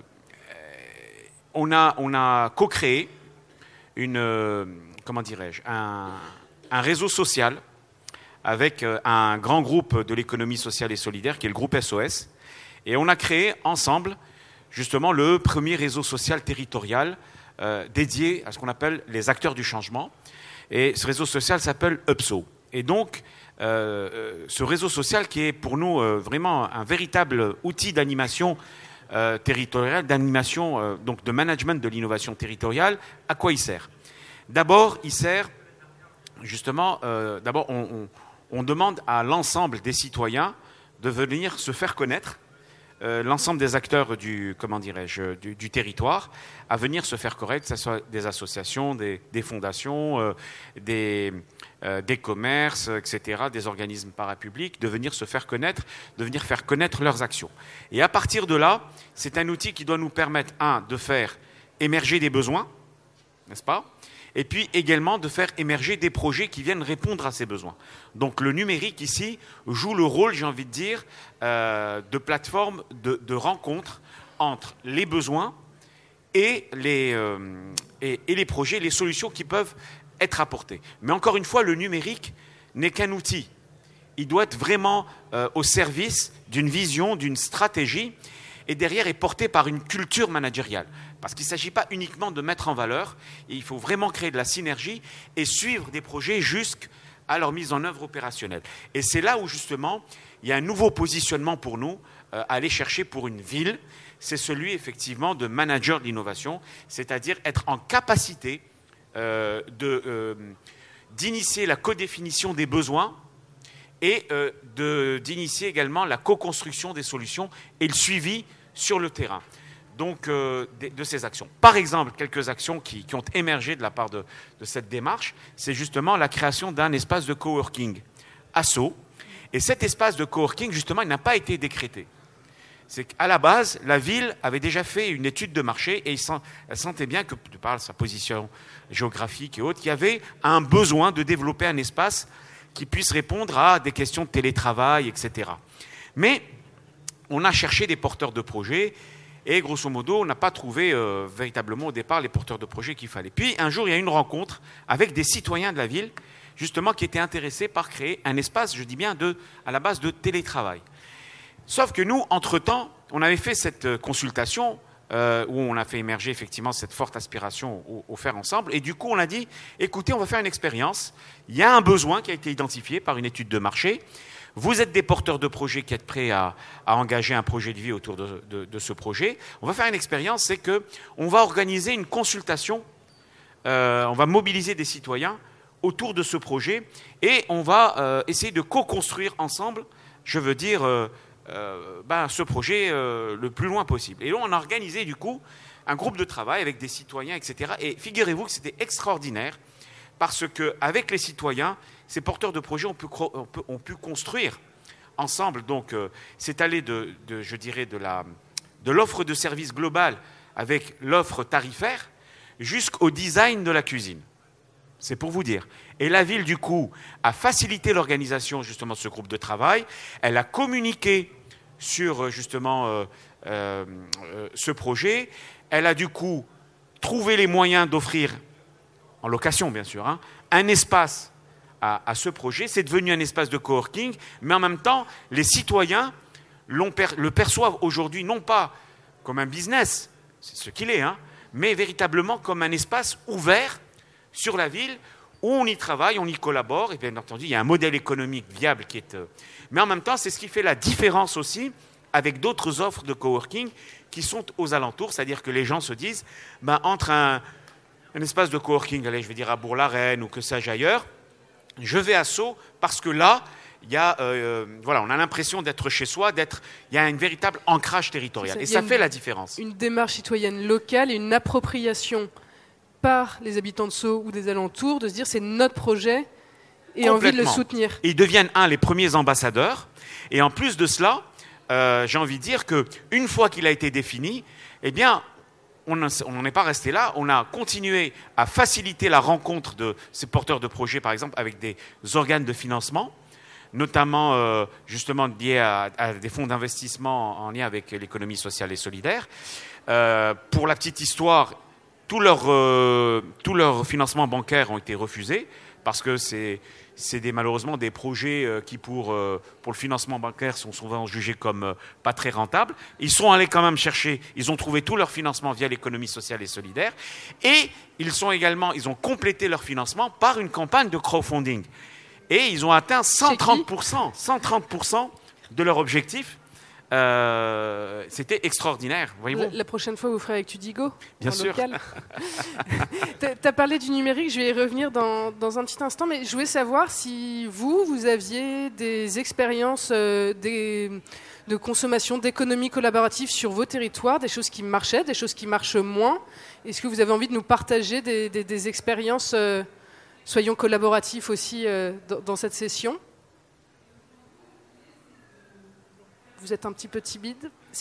on a, on a co-créé une, euh, comment dirais-je, un, un réseau social avec un grand groupe de l'économie sociale et solidaire, qui est le groupe S O S. Et on a créé ensemble, justement, le premier réseau social territorial Euh, dédié à ce qu'on appelle les acteurs du changement. Et ce réseau social s'appelle U P S O. Et donc, euh, ce réseau social qui est pour nous euh, vraiment un véritable outil d'animation euh, territorial d'animation, euh, donc de management de l'innovation territoriale, à quoi il sert? D'abord, il sert justement, euh, d'abord, on, on, on demande à l'ensemble des citoyens de venir se faire connaître, euh, l'ensemble des acteurs du, comment dirais-je, du, du territoire, à venir se faire connaître, que ce soit des associations, des, des fondations, euh, des, euh, des commerces, et cetera, des organismes parapublics, de venir se faire connaître, de venir faire connaître leurs actions. Et à partir de là, c'est un outil qui doit nous permettre, un, de faire émerger des besoins, n'est-ce pas ? Et puis également de faire émerger des projets qui viennent répondre à ces besoins. Donc le numérique ici joue le rôle, j'ai envie de dire, euh, de plateforme de, de rencontre entre les besoins et les, euh, et, et les projets, les solutions qui peuvent être apportées. Mais encore une fois, le numérique n'est qu'un outil. Il doit être vraiment euh, au service d'une vision, d'une stratégie, et derrière est porté par une culture managériale. Parce qu'il ne s'agit pas uniquement de mettre en valeur, il faut vraiment créer de la synergie et suivre des projets jusqu'à leur mise en œuvre opérationnelle. Et c'est là où justement il y a un nouveau positionnement pour nous euh, à aller chercher pour une ville, c'est celui effectivement de manager de l'innovation, c'est-à-dire être en capacité euh, de, euh, d'initier la codéfinition des besoins et euh, de, d'initier également la co-construction des solutions et le suivi sur le terrain. Donc, euh, de, de ces actions. Par exemple, quelques actions qui, qui ont émergé de la part de, de cette démarche, c'est justement la création d'un espace de coworking à Sceaux. Et cet espace de coworking, justement, il n'a pas été décrété. C'est qu'à la base, la ville avait déjà fait une étude de marché et elle sentait bien que, de par sa position géographique et autres, il y avait un besoin de développer un espace qui puisse répondre à des questions de télétravail, et cetera. Mais on a cherché des porteurs de projets. Et grosso modo, on n'a pas trouvé euh, véritablement au départ les porteurs de projets qu'il fallait. Puis un jour, il y a eu une rencontre avec des citoyens de la ville, justement, qui étaient intéressés par créer un espace, je dis bien, de, à la base de télétravail. Sauf que nous, entre-temps, on avait fait cette consultation euh, où on a fait émerger effectivement cette forte aspiration au, au faire ensemble. Et du coup, on a dit, écoutez, on va faire une expérience. Il y a un besoin qui a été identifié par une étude de marché. Vous êtes des porteurs de projets qui êtes prêts à, à engager un projet de vie autour de, de, de ce projet. On va faire une expérience, c'est qu'on va organiser une consultation, euh, on va mobiliser des citoyens autour de ce projet et on va euh, essayer de co-construire ensemble, je veux dire, euh, euh, ben, ce projet euh, le plus loin possible. Et là, on a organisé du coup un groupe de travail avec des citoyens, et cetera. Et figurez-vous que c'était extraordinaire parce qu'avec les citoyens, ces porteurs de projets ont pu, ont pu, ont pu construire ensemble. Donc, euh, c'est allé de, de, je dirais, de, la, de l'offre de service globale avec l'offre tarifaire jusqu'au design de la cuisine. C'est pour vous dire. Et la ville, du coup, a facilité l'organisation justement de ce groupe de travail. Elle a communiqué sur justement euh, euh, euh, ce projet. Elle a du coup trouvé les moyens d'offrir, en location bien sûr, hein, un espace À, à ce projet. C'est devenu un espace de coworking, mais en même temps, les citoyens l'ont per, le perçoivent aujourd'hui non pas comme un business, c'est ce qu'il est, hein, mais véritablement comme un espace ouvert sur la ville où on y travaille, on y collabore, et bien entendu, il y a un modèle économique viable qui est... Euh, mais en même temps, c'est ce qui fait la différence aussi avec d'autres offres de coworking qui sont aux alentours, c'est-à-dire que les gens se disent, ben, entre un, un espace de coworking, allez, je vais dire à Bourg-la-Reine ou que sais-je ailleurs, je vais à Sceaux parce que là, il y a, euh, voilà, on a l'impression d'être chez soi, d'être, il y a un véritable ancrage territorial. Ça, et ça fait une, la différence. Une démarche citoyenne locale et une appropriation par les habitants de Sceaux ou des alentours de se dire c'est notre projet et envie de le soutenir. Et ils deviennent, un, les premiers ambassadeurs. Et en plus de cela, euh, j'ai envie de dire qu'une fois qu'il a été défini, eh bien, on n'en est pas resté là, on a continué à faciliter la rencontre de ces porteurs de projets, par exemple, avec des organes de financement, notamment euh, justement liés à, à des fonds d'investissement en lien avec l'économie sociale et solidaire. Euh, pour la petite histoire, tous leurs euh, tous leurs financements bancaires ont été refusés parce que c'est c'est des, malheureusement des projets euh, qui pour euh, pour le financement bancaire sont souvent jugés comme euh, pas très rentables. Ils sont allés quand même chercher, ils ont trouvé tout leur financement via l'économie sociale et solidaire, et ils sont également ils ont complété leur financement par une campagne de crowdfunding, et ils ont atteint cent trente pour cent cent trente pour cent de leur objectif Euh, c'était extraordinaire, voyez-vous. La, la prochaine fois, vous ferez avec Tudigo. Bien sûr. Tu as parlé du numérique, je vais y revenir dans, dans un petit instant, mais je voulais savoir si vous, vous aviez des expériences euh, des, de consommation, d'économie collaborative sur vos territoires, des choses qui marchaient, des choses qui marchent moins. Est-ce que vous avez envie de nous partager des, des, des expériences, euh, soyons collaboratifs aussi, euh, dans, dans cette session ? Vous êtes un petit peu timide ? Si ?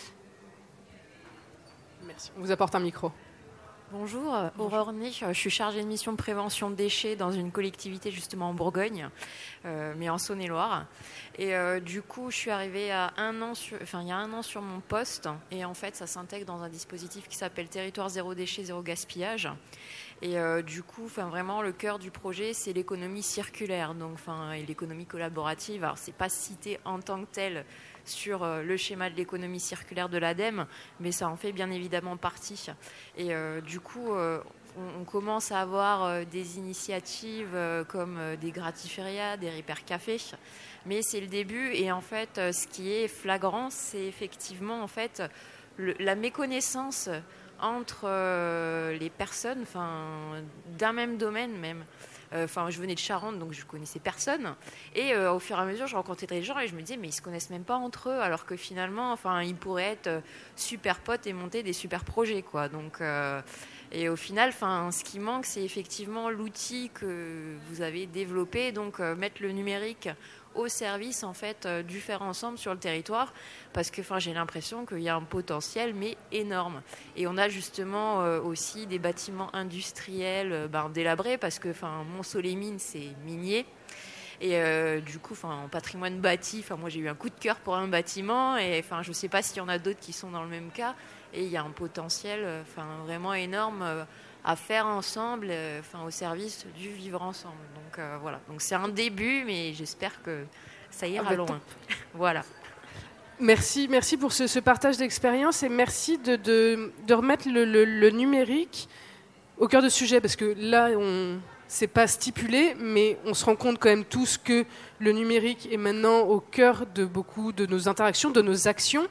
Merci. On vous apporte un micro. Bonjour, Aurore Ney, je suis chargée de mission de prévention déchets dans une collectivité justement en Bourgogne, euh, mais en Saône-et-Loire. Et euh, du coup, je suis arrivée à un an sur, enfin, il y a un an sur mon poste, et en fait, ça s'intègre dans un dispositif qui s'appelle Territoire zéro déchet, zéro gaspillage. Et euh, du coup, enfin, vraiment, le cœur du projet, c'est l'économie circulaire, donc, enfin, et l'économie collaborative. Alors, c'est pas cité en tant que tel sur euh, le schéma de l'économie circulaire de l'ADEME, mais ça en fait bien évidemment partie. Et euh, du coup, euh, on, on commence à avoir euh, des initiatives euh, comme euh, des gratiférias, des repair cafés, mais c'est le début. Et en fait, euh, ce qui est flagrant, c'est effectivement en fait le, la méconnaissance entre euh, les personnes, enfin, d'un même domaine même. Enfin, euh, je venais de Charente, donc je connaissais personne. Et euh, au fur et à mesure, je rencontrais des gens et je me disais, mais ils se connaissent même pas entre eux, alors que finalement, enfin, ils pourraient être super potes et monter des super projets, quoi. Donc, euh, et au final, enfin, ce qui manque, c'est effectivement l'outil que vous avez développé, donc euh, mettre le numérique au service en fait euh, du faire ensemble sur le territoire, parce que enfin j'ai l'impression qu'il y a un potentiel mais énorme. Et on a justement euh, aussi des bâtiments industriels euh, ben, délabrés, parce que enfin Mont-Soleil-Mines c'est minier. Et euh, du coup, enfin, en patrimoine bâti, enfin, moi j'ai eu un coup de cœur pour un bâtiment, et enfin, je ne sais pas s'il y en a d'autres qui sont dans le même cas. Et il y a un potentiel, euh, enfin, vraiment énorme euh, à faire ensemble, euh, enfin, au service du vivre ensemble. Donc euh, voilà. Donc c'est un début, mais j'espère que ça ira ah bah loin. Voilà. Merci, merci pour ce, ce partage d'expérience, et merci de, de, de remettre le, le, le numérique au cœur du sujet, parce que là, on c'est pas stipulé, mais on se rend compte quand même tous que le numérique est maintenant au cœur de beaucoup de nos interactions, de nos actions.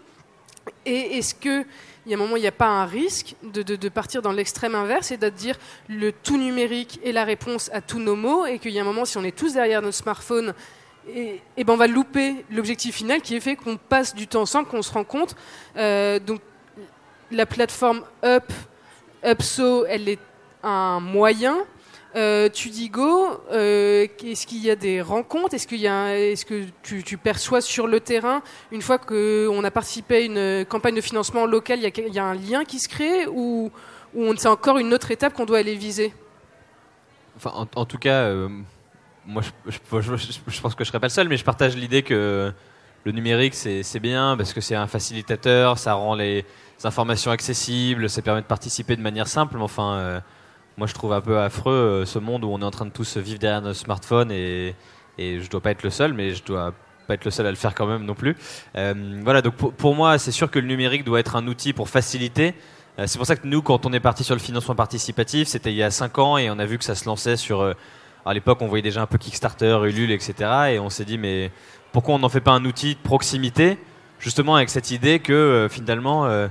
Et est-ce qu'il y a un moment, il n'y a pas un risque de, de, de partir dans l'extrême inverse et de dire le tout numérique est la réponse à tous nos maux, et qu'il y a un moment, si on est tous derrière notre smartphone, et, et ben on va louper l'objectif final qui est fait qu'on passe du temps ensemble, qu'on se rend compte. Euh, donc la plateforme Up, Upso, elle est un moyen. Euh, Tudigo, euh, est-ce qu'il y a des rencontres ? Est-ce qu'il y a, est-ce que tu, tu perçois sur le terrain, une fois qu'on a participé à une campagne de financement local, il y a, il y a un lien qui se crée, ou, ou c'est encore une autre étape qu'on doit aller viser ? Enfin, en, en tout cas, euh, moi, je, je, je, je pense que je serais pas le seul, mais je partage l'idée que le numérique, c'est, c'est bien parce que c'est un facilitateur, ça rend les informations accessibles, ça permet de participer de manière simple, mais enfin. Euh, Moi, je trouve un peu affreux euh, ce monde où on est en train de tous vivre derrière nos smartphones, et, et je dois pas être le seul, mais je dois pas être le seul à le faire quand même non plus. Euh, voilà, donc pour, pour moi, c'est sûr que le numérique doit être un outil pour faciliter. Euh, c'est pour ça que nous, quand on est parti sur le financement participatif, c'était il y a cinq ans, et on a vu que ça se lançait sur... Euh, à l'époque, on voyait déjà un peu Kickstarter, Ulule, et cetera. Et on s'est dit, mais pourquoi on n'en fait pas un outil de proximité, justement avec cette idée que euh, finalement... Euh,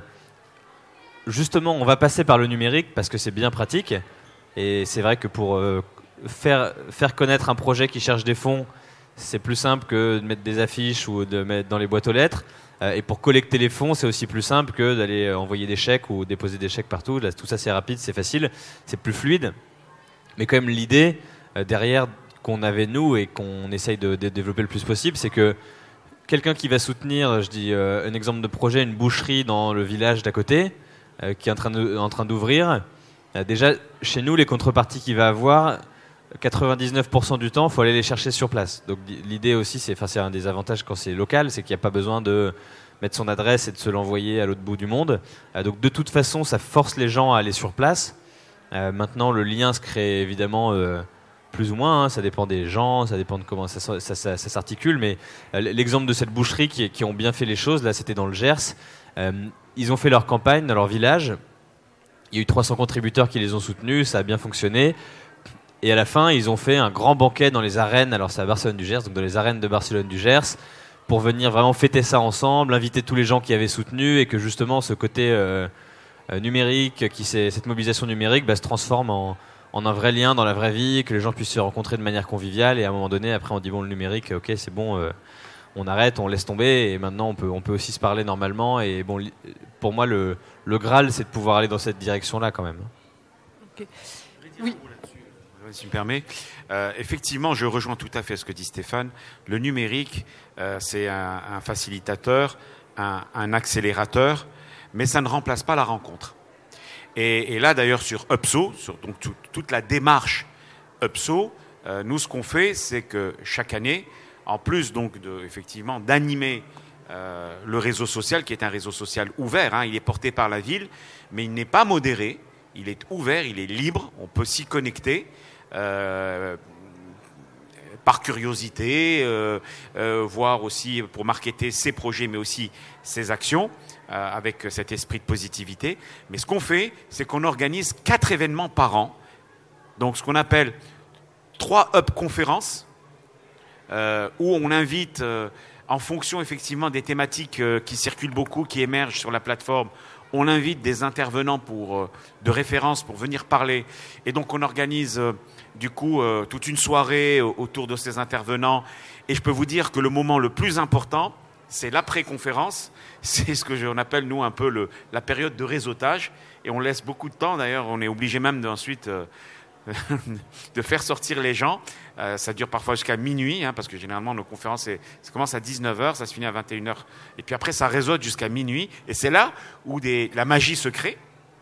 Justement, on va passer par le numérique parce que c'est bien pratique, et c'est vrai que pour euh, faire, faire connaître un projet qui cherche des fonds, c'est plus simple que de mettre des affiches ou de mettre dans les boîtes aux lettres, euh, et pour collecter les fonds, c'est aussi plus simple que d'aller envoyer des chèques ou déposer des chèques partout. Là, tout ça, c'est rapide, c'est facile, c'est plus fluide. Mais quand même, l'idée euh, derrière qu'on avait nous et qu'on essaye de, de développer le plus possible, c'est que quelqu'un qui va soutenir, je dis euh, un exemple de projet, une boucherie dans le village d'à côté, Euh, qui est en train, de, en train d'ouvrir, euh, déjà chez nous les contreparties qu'il va avoir, quatre-vingt-dix-neuf pour cent du temps il faut aller les chercher sur place. Donc l'idée aussi, c'est, enfin, c'est un des avantages quand c'est local, c'est qu'il n'y a pas besoin de mettre son adresse et de se l'envoyer à l'autre bout du monde. Euh, donc de toute façon ça force les gens à aller sur place. Euh, maintenant le lien se crée évidemment euh, plus ou moins, hein, ça dépend des gens, ça dépend de comment ça, ça, ça, ça, ça s'articule, mais euh, l'exemple de cette boucherie qui, qui ont bien fait les choses, là c'était dans le Gers. Euh, Ils ont fait leur campagne dans leur village. Il y a eu trois cents contributeurs qui les ont soutenus, ça a bien fonctionné. Et à la fin, ils ont fait un grand banquet dans les arènes. Alors c'est à Barcelone du Gers, donc dans les arènes de Barcelone du Gers, pour venir vraiment fêter ça ensemble, inviter tous les gens qui avaient soutenu et que justement ce côté euh, euh, numérique, qui cette mobilisation numérique bah, se transforme en, en un vrai lien dans la vraie vie, que les gens puissent se rencontrer de manière conviviale et à un moment donné après on dit bon le numérique ok c'est bon euh, on arrête, on laisse tomber et maintenant on peut, on peut aussi se parler normalement et bon pour moi le, le Graal c'est de pouvoir aller dans cette direction là quand même. Okay. Oui. Si tu me permets, euh, effectivement, je rejoins tout à fait ce que dit Stéphane. Le numérique, euh, c'est un, un facilitateur, un, un accélérateur, mais ça ne remplace pas la rencontre. Et, et là, d'ailleurs, sur UPSO, sur donc tout, toute la démarche UPSO, euh, nous, ce qu'on fait, c'est que chaque année, en plus donc de, effectivement, d'animer euh, le réseau social, qui est un réseau social ouvert, hein, il est porté par la ville, mais il n'est pas modéré, il est ouvert, il est libre, on peut s'y connecter. Euh, par curiosité, euh, euh, voire aussi pour marketer ses projets, mais aussi ses actions, euh, avec cet esprit de positivité. Mais ce qu'on fait, c'est qu'on organise quatre événements par an. Donc, ce qu'on appelle trois hub conférences, euh, où on invite, euh, en fonction effectivement des thématiques euh, qui circulent beaucoup, qui émergent sur la plateforme, on invite des intervenants pour, euh, de référence pour venir parler. Et donc, on organise euh, du coup euh, toute une soirée euh, autour de ces intervenants. Et je peux vous dire que le moment le plus important, c'est l'après-conférence. C'est ce que on appelle, nous, un peu le, la période de réseautage. Et on laisse beaucoup de temps. D'ailleurs, on est obligé même d'ensuite euh, de faire sortir les gens. Euh, ça dure parfois jusqu'à minuit, hein, parce que généralement, nos conférences, c'est, ça commence à dix-neuf heures, ça se finit à vingt et une heures. Et puis après, ça réseaute jusqu'à minuit. Et c'est là où des, la magie se crée.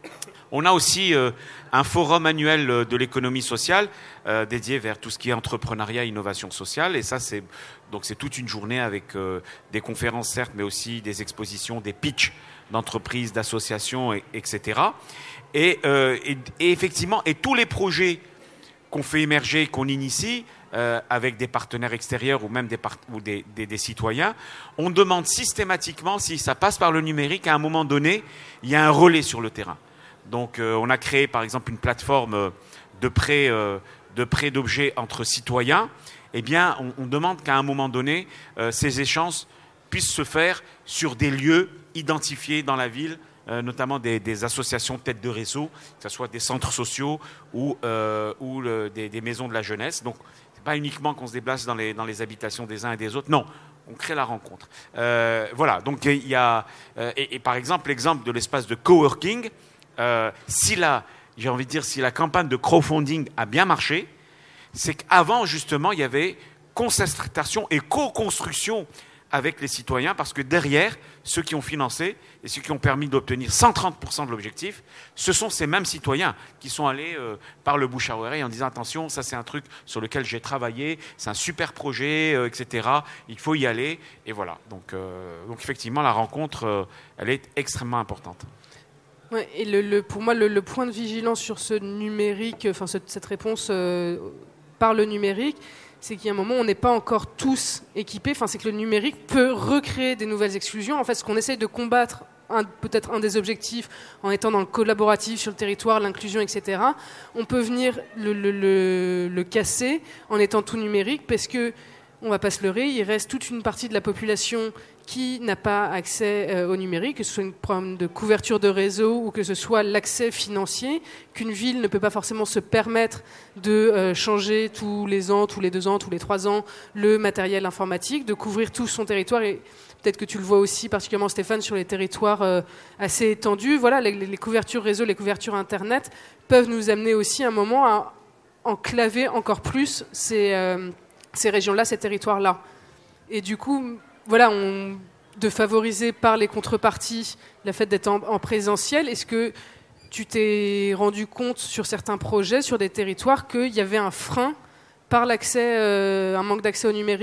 On a aussi euh, un forum annuel de l'économie sociale euh, dédié vers tout ce qui est entrepreneuriat et innovation sociale. Et ça, c'est, donc c'est toute une journée avec euh, des conférences, certes, mais aussi des expositions, des pitchs d'entreprises, d'associations, et, etc. Et, euh, et, et effectivement, et tous les projets qu'on fait émerger, qu'on initie, euh, avec des partenaires extérieurs ou même des, part- ou des, des, des citoyens, on demande systématiquement, si ça passe par le numérique, à un moment donné, il y a un relais sur le terrain. Donc, euh, on a créé, par exemple, une plateforme de prêt, euh, de prêt d'objets entre citoyens. Eh bien, on, on demande qu'à un moment donné, euh, ces échanges puissent se faire sur des lieux identifiés dans la ville, euh, notamment des, des associations têtes de réseau, que ce soit des centres sociaux ou, euh, ou le, des, des maisons de la jeunesse. Donc, c'est pas uniquement qu'on se déplace dans les, dans les habitations des uns et des autres. Non, on crée la rencontre. Euh, voilà. Donc, il y a euh, et, et par exemple l'exemple de l'espace de coworking. Euh, si la, j'ai envie de dire, si la campagne de crowdfunding a bien marché, c'est qu'avant, justement, il y avait concertation et co-construction avec les citoyens, parce que derrière, ceux qui ont financé et ceux qui ont permis d'obtenir cent trente pour cent de l'objectif, ce sont ces mêmes citoyens qui sont allés euh, par le bouche à oreille en disant « Attention, ça c'est un truc sur lequel j'ai travaillé, c'est un super projet, euh, et cetera. Il faut y aller. » Et voilà. Donc, euh, donc effectivement, la rencontre, euh, elle est extrêmement importante. Ouais, et le, le, pour moi, le, le point de vigilance sur ce numérique, enfin cette, cette réponse euh, par le numérique, c'est qu'il y a un moment où on n'est pas encore tous équipés. Enfin, c'est que le numérique peut recréer des nouvelles exclusions. En fait, ce qu'on essaye de combattre, un, peut-être un des objectifs, en étant dans le collaboratif sur le territoire, l'inclusion, et cetera, on peut venir le, le, le, le casser en étant tout numérique, parce que on ne va pas se leurrer, il reste toute une partie de la population qui n'a pas accès euh, au numérique, que ce soit un problème de couverture de réseau ou que ce soit l'accès financier, qu'une ville ne peut pas forcément se permettre de euh, changer tous les ans, tous les deux ans, tous les trois ans le matériel informatique, de couvrir tout son territoire. Et peut-être que tu le vois aussi, particulièrement Stéphane, sur les territoires euh, assez étendus. Voilà, les, les couvertures réseau, les couvertures Internet peuvent nous amener aussi à un moment à enclaver encore plus ces... Euh, ces régions-là, ces territoires-là. Et du coup, voilà, on, de favoriser par les contreparties le fait d'être en, en présentiel. Est-ce que tu t'es rendu compte sur certains projets, sur des territoires, qu'il y avait un frein par l'accès, euh, un manque d'accès au numérique ?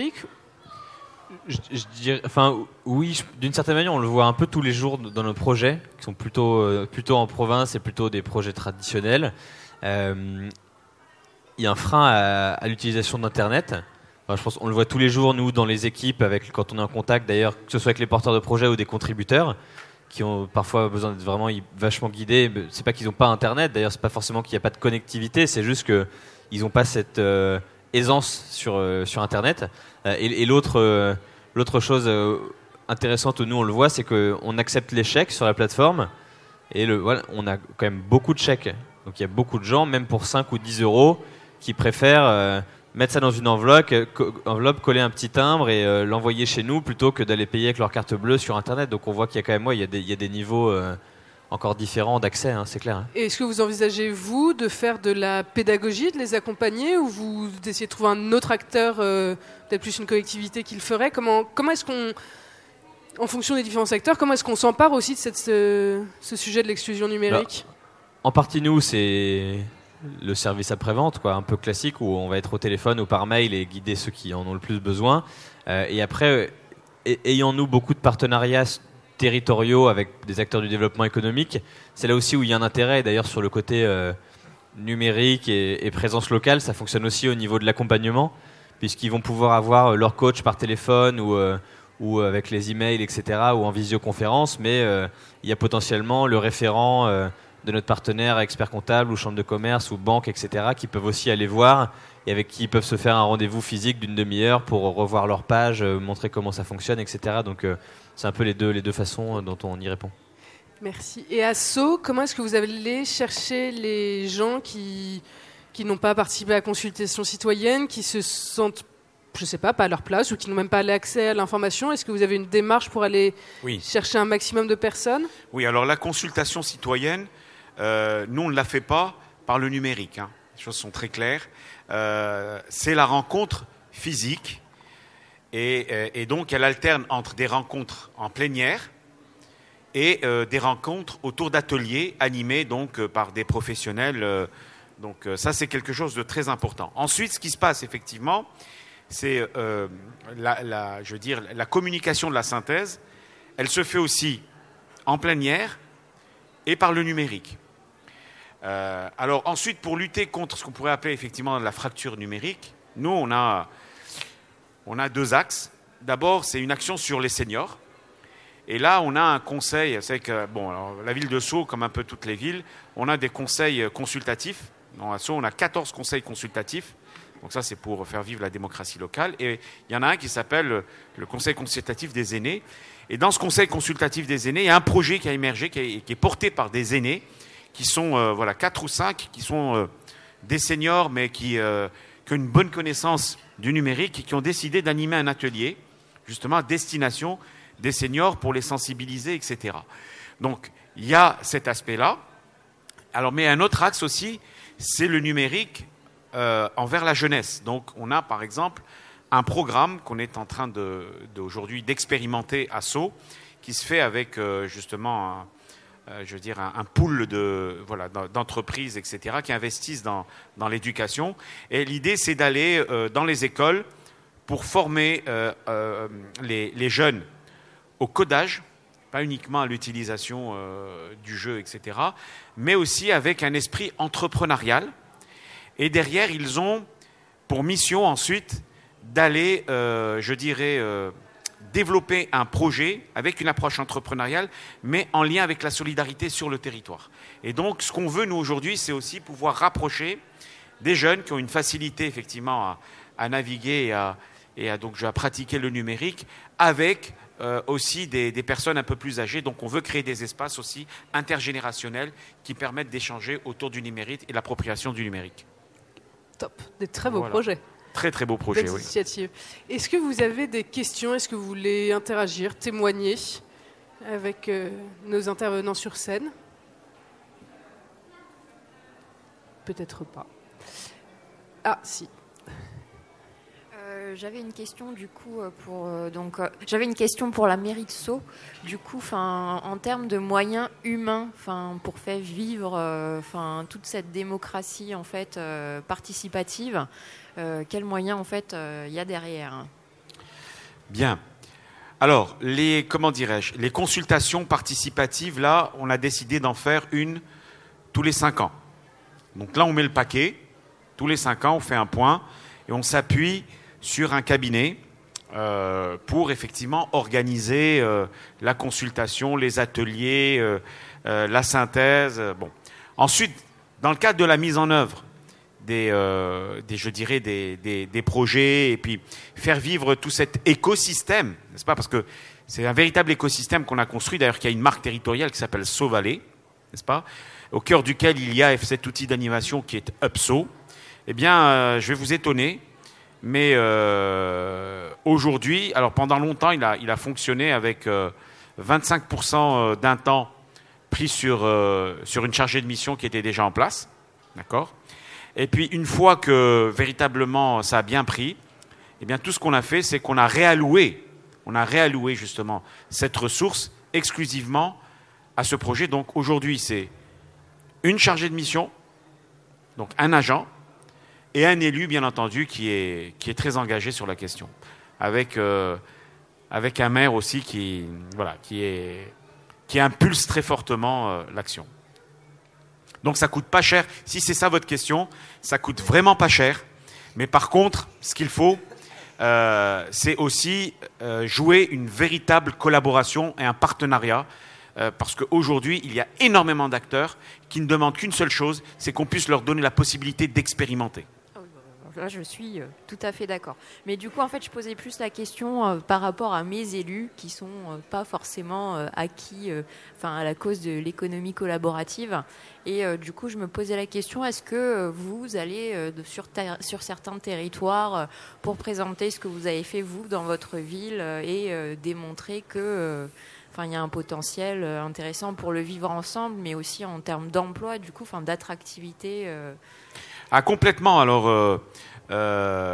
Je, je dirais, enfin, oui, je, d'une certaine manière, on le voit un peu tous les jours dans nos projets, qui sont plutôt, euh, plutôt en province et plutôt des projets traditionnels. Euh, il y a un frein à, à l'utilisation d'Internet. Enfin, je pense on le voit tous les jours, nous, dans les équipes, avec, quand on est en contact, d'ailleurs, que ce soit avec les porteurs de projets ou des contributeurs, qui ont parfois besoin d'être vraiment vachement guidés. C'est pas qu'ils n'ont pas Internet, d'ailleurs, c'est pas forcément qu'il n'y a pas de connectivité, c'est juste qu'ils n'ont pas cette euh, aisance sur, euh, sur Internet. Euh, et, et l'autre, euh, l'autre chose euh, intéressante où nous on le voit, c'est qu'on accepte les chèques sur la plateforme et le, voilà, on a quand même beaucoup de chèques. Donc il y a beaucoup de gens, même pour cinq ou dix euros, qui préfèrent euh, mettre ça dans une enveloppe, co- enveloppe, coller un petit timbre et euh, l'envoyer chez nous plutôt que d'aller payer avec leur carte bleue sur Internet. Donc on voit qu'il y a quand même, ouais, il y a des, il y a des niveaux euh, encore différents d'accès, hein, c'est clair. Hein. Et est-ce que vous envisagez, vous, de faire de la pédagogie, de les accompagner, ou vous essayez de trouver un autre acteur, euh, peut-être plus une collectivité qui le ferait? Comment, comment est-ce qu'on, en fonction des différents secteurs, comment est-ce qu'on s'empare aussi de cette, ce, ce sujet de l'exclusion numérique? Bah, en partie, nous, c'est le service après-vente, quoi, un peu classique, où on va être au téléphone ou par mail et guider ceux qui en ont le plus besoin. Euh, et après, et, ayant-nous beaucoup de partenariats territoriaux avec des acteurs du développement économique, c'est là aussi où il y a un intérêt. Et d'ailleurs, sur le côté euh, numérique et, et présence locale, ça fonctionne aussi au niveau de l'accompagnement, puisqu'ils vont pouvoir avoir leur coach par téléphone ou, euh, ou avec les emails, et cetera, ou en visioconférence, mais euh, il y a potentiellement le référent euh, de notre partenaire expert comptable ou chambre de commerce ou banque, et cetera, qui peuvent aussi aller voir et avec qui ils peuvent se faire un rendez-vous physique d'une demi-heure pour revoir leur page, euh, montrer comment ça fonctionne, et cetera. Donc euh, c'est un peu les deux, les deux façons dont on y répond. Merci. Et à Sceaux, comment est-ce que vous allez chercher les gens qui, qui n'ont pas participé à la consultation citoyenne, qui se sentent, je ne sais pas, pas à leur place ou qui n'ont même pas accès à l'information? Est-ce que vous avez une démarche pour aller Oui. chercher un maximum de personnes? Oui, alors la consultation citoyenne, euh, nous on ne la fait pas par le numérique, hein. Les choses sont très claires. Euh, c'est la rencontre physique et, et donc elle alterne entre des rencontres en plénière et euh, des rencontres autour d'ateliers animés donc euh, par des professionnels. Euh, donc euh, ça c'est quelque chose de très important. Ensuite, ce qui se passe effectivement, c'est euh, la, la, je veux dire, la communication de la synthèse. Elle se fait aussi en plénière et par le numérique. Euh, alors ensuite, pour lutter contre ce qu'on pourrait appeler effectivement la fracture numérique, nous on a, on a deux axes. D'abord, c'est une action sur les seniors. Et là, on a un conseil. C'est que bon, alors, la ville de Sceaux, comme un peu toutes les villes, on a des conseils consultatifs. Dans à Sceaux, on a quatorze conseils consultatifs. Donc ça, c'est pour faire vivre la démocratie locale. Et il y en a un qui s'appelle le conseil consultatif des aînés. Et dans ce conseil consultatif des aînés, il y a un projet qui a émergé, qui est, qui est porté par des aînés, qui sont euh, voilà, quatre ou cinq, qui sont euh, des seniors, mais qui, euh, qui ont une bonne connaissance du numérique et qui ont décidé d'animer un atelier, justement, à destination des seniors pour les sensibiliser, et cetera. Donc, il y a cet aspect-là. Alors, mais un autre axe aussi, c'est le numérique euh, envers la jeunesse. Donc, on a, par exemple, un programme qu'on est en train de, de, aujourd'hui d'expérimenter à Sceaux, qui se fait avec, euh, justement, un, euh, je veux dire, un, un pool de, voilà, d'entreprises, et cetera, qui investissent dans, dans l'éducation. Et l'idée, c'est d'aller euh, dans les écoles pour former euh, euh, les, les jeunes au codage, pas uniquement à l'utilisation euh, du jeu, et cetera, mais aussi avec un esprit entrepreneurial. Et derrière, ils ont pour mission ensuite d'aller, euh, je dirais, euh, développer un projet avec une approche entrepreneuriale, mais en lien avec la solidarité sur le territoire. Et donc, ce qu'on veut, nous, aujourd'hui, c'est aussi pouvoir rapprocher des jeunes qui ont une facilité, effectivement, à, à naviguer et à, et à, donc, à pratiquer le numérique avec Euh, aussi des, des personnes un peu plus âgées. Donc on veut créer des espaces aussi intergénérationnels qui permettent d'échanger autour du numérique et l'appropriation du numérique. Top, des très beaux voilà. projets. Très très beaux projets, Belles oui. initiatives. Est-ce que vous avez des questions? Est-ce que vous voulez interagir, témoigner avec euh, nos intervenants sur scène? Peut-être pas. Ah, si. Euh, j'avais une question du coup pour euh, donc euh, j'avais une question pour la mairie de Sceaux. Du coup, enfin en termes de moyens humains, enfin pour faire vivre, enfin euh, toute cette démocratie en fait euh, participative, euh, quels moyens en fait il euh, y a derrière? Bien. Alors les comment dirais-je les consultations participatives, là, on a décidé d'en faire une tous les cinq ans. Donc là, on met le paquet. Tous les cinq ans, on fait un point et on s'appuie sur un cabinet euh, pour effectivement organiser euh, la consultation, les ateliers, euh, euh, la synthèse. Euh, bon. Ensuite, dans le cadre de la mise en œuvre des, euh, des je dirais, des, des, des projets et puis faire vivre tout cet écosystème, n'est-ce pas? Parce que c'est un véritable écosystème qu'on a construit, d'ailleurs, qui a une marque territoriale qui s'appelle SoValley, n'est-ce pas? Au cœur duquel il y a cet outil d'animation qui est UPSO. Eh bien, euh, je vais vous étonner, mais euh, aujourd'hui, alors pendant longtemps, il a, il a fonctionné avec euh, vingt-cinq pour cent d'un temps pris sur, euh, sur une chargée de mission qui était déjà en place, d'accord? Et puis, une fois que véritablement ça a bien pris, eh bien, tout ce qu'on a fait, c'est qu'on a réalloué, on a réalloué justement cette ressource exclusivement à ce projet. Donc, aujourd'hui, c'est une chargée de mission, donc un agent, et un élu, bien entendu, qui est, qui est très engagé sur la question, avec, euh, avec un maire aussi qui, voilà, qui, est, qui impulse très fortement euh, l'action. Donc ça coûte pas cher. Si c'est ça votre question, ça coûte vraiment pas cher. Mais par contre, ce qu'il faut, euh, c'est aussi euh, jouer une véritable collaboration et un partenariat. Euh, parce qu'aujourd'hui, il y a énormément d'acteurs qui ne demandent qu'une seule chose, c'est qu'on puisse leur donner la possibilité d'expérimenter. Là, je suis euh, tout à fait d'accord. Mais du coup, en fait, je posais plus la question euh, par rapport à mes élus qui sont euh, pas forcément euh, acquis euh, enfin, à la cause de l'économie collaborative. Et euh, du coup, je me posais la question, est-ce que euh, vous allez euh, de, sur, ter- sur certains territoires euh, pour présenter ce que vous avez fait, vous, dans votre ville euh, et euh, démontrer que... Euh, Enfin, il y a un potentiel intéressant pour le vivre ensemble, mais aussi en termes d'emploi, du coup, enfin, d'attractivité. Euh... Ah, complètement. Alors, euh, euh,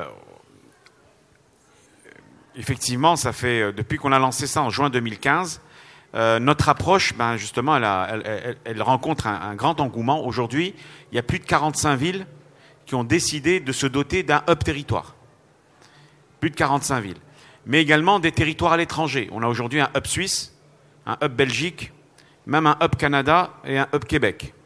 effectivement, ça fait depuis qu'on a lancé ça en juin deux mille quinze, euh, notre approche, ben justement, elle, a, elle, elle, elle rencontre un, un grand engouement. Aujourd'hui, il y a plus de quarante-cinq villes qui ont décidé de se doter d'un hub territoire. Plus de quarante-cinq villes, mais également des territoires à l'étranger. On a aujourd'hui un hub suisse, un hub Belgique, même un hub Canada et un hub Québec.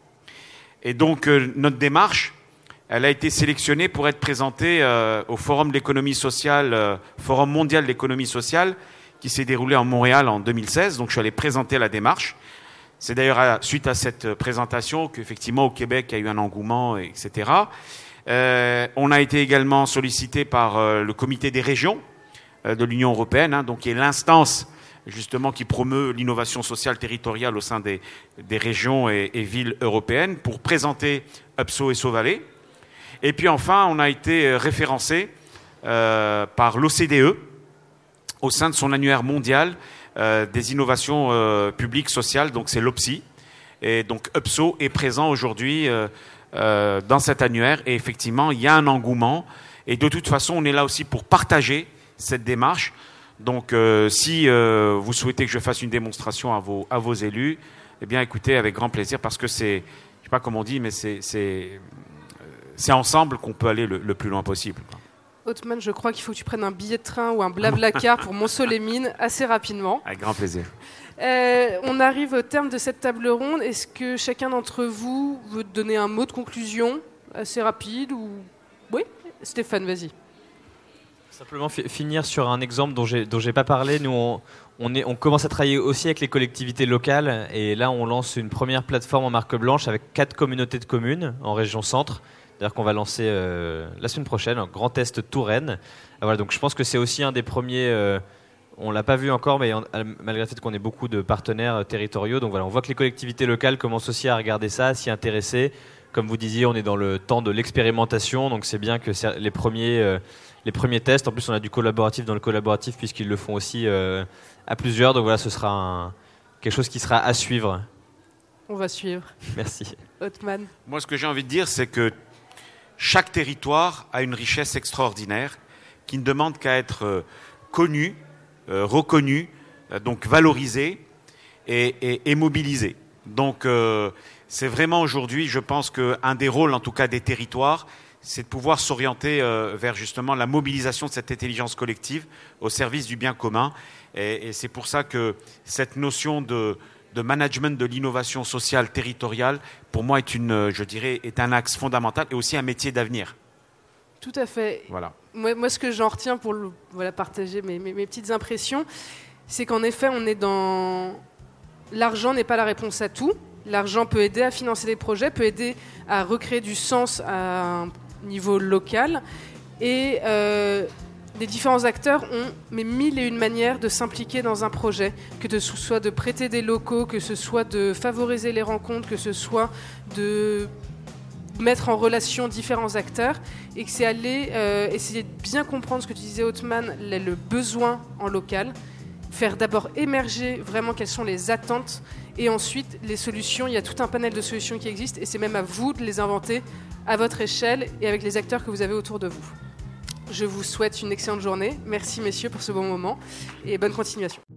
Et donc, euh, notre démarche, elle a été sélectionnée pour être présentée euh, au Forum de l'économie sociale, euh, Forum mondial de l'économie sociale, qui s'est déroulé en Montréal en deux mille seize. Donc, je suis allé présenter la démarche. C'est d'ailleurs à, suite à cette présentation qu'effectivement, au Québec, il y a eu un engouement, et cetera. Euh, on a été également sollicité par euh, le Comité des régions euh, de l'Union européenne, hein, donc qui est l'instance justement qui promeut l'innovation sociale territoriale au sein des, des régions et, et villes européennes pour présenter UPSO et SoValley. Et puis enfin, on a été référencé euh, par l'O C D E au sein de son annuaire mondial euh, des innovations euh, publiques sociales, donc c'est l'O P S I. Et donc UPSO est présent aujourd'hui euh, euh, dans cet annuaire et effectivement, il y a un engouement. Et de toute façon, on est là aussi pour partager cette démarche. Donc, euh, si euh, vous souhaitez que je fasse une démonstration à vos, à vos élus, eh bien, écoutez, avec grand plaisir, parce que c'est, je ne sais pas comment on dit, mais c'est, c'est, c'est ensemble qu'on peut aller le, le plus loin possible. Othman, je crois qu'il faut que tu prennes un billet de train ou un Blablacar pour Montceau-les-Mines assez rapidement. Avec grand plaisir. Euh, on arrive au terme de cette table ronde. Est-ce que chacun d'entre vous veut donner un mot de conclusion assez rapide ou... Oui, Stéphane, vas-y. Simplement fi- finir sur un exemple dont j'ai dont j'ai pas parlé. Nous, on, on, est, on commence à travailler aussi avec les collectivités locales et là, on lance une première plateforme en marque blanche avec quatre communautés de communes en région centre. C'est-à-dire qu'on va lancer euh, la semaine prochaine un grand test Touraine. Ah, voilà, donc je pense que c'est aussi un des premiers. Euh, on l'a pas vu encore, mais on, malgré le fait qu'on ait beaucoup de partenaires territoriaux, donc voilà, on voit que les collectivités locales commencent aussi à regarder ça, à s'y intéresser. Comme vous disiez, on est dans le temps de l'expérimentation, donc c'est bien que les premiers. Euh, les premiers tests. En plus, on a du collaboratif dans le collaboratif puisqu'ils le font aussi euh, à plusieurs. Donc voilà, ce sera un, quelque chose qui sera à suivre. On va suivre. Merci. Othman. Moi, ce que j'ai envie de dire, c'est que chaque territoire a une richesse extraordinaire qui ne demande qu'à être euh, connue, euh, reconnue, euh, donc valorisée et, et, et mobilisée. Donc, euh, c'est vraiment aujourd'hui, je pense qu'un des rôles, en tout cas des territoires, c'est de pouvoir s'orienter euh, vers justement la mobilisation de cette intelligence collective au service du bien commun. Et, et c'est pour ça que cette notion de, de management de l'innovation sociale territoriale, pour moi, est une, je dirais, est un axe fondamental et aussi un métier d'avenir. Tout à fait. Voilà. Moi, moi ce que j'en retiens pour le, voilà, partager mes, mes, mes petites impressions, c'est qu'en effet, on est dans... L'argent n'est pas la réponse à tout. L'argent peut aider à financer des projets, peut aider à recréer du sens à un niveau local. Et euh, les différents acteurs ont mais mille et une manières de s'impliquer dans un projet, que ce soit de prêter des locaux, que ce soit de favoriser les rencontres, que ce soit de mettre en relation différents acteurs, et que c'est aller euh, essayer de bien comprendre ce que tu disais, Othman, le, le besoin en local, faire d'abord émerger vraiment quelles sont les attentes, et ensuite les solutions. Il y a tout un panel de solutions qui existent, et c'est même à vous de les inventer à votre échelle et avec les acteurs que vous avez autour de vous. Je vous souhaite une excellente journée. Merci messieurs pour ce bon moment et bonne continuation.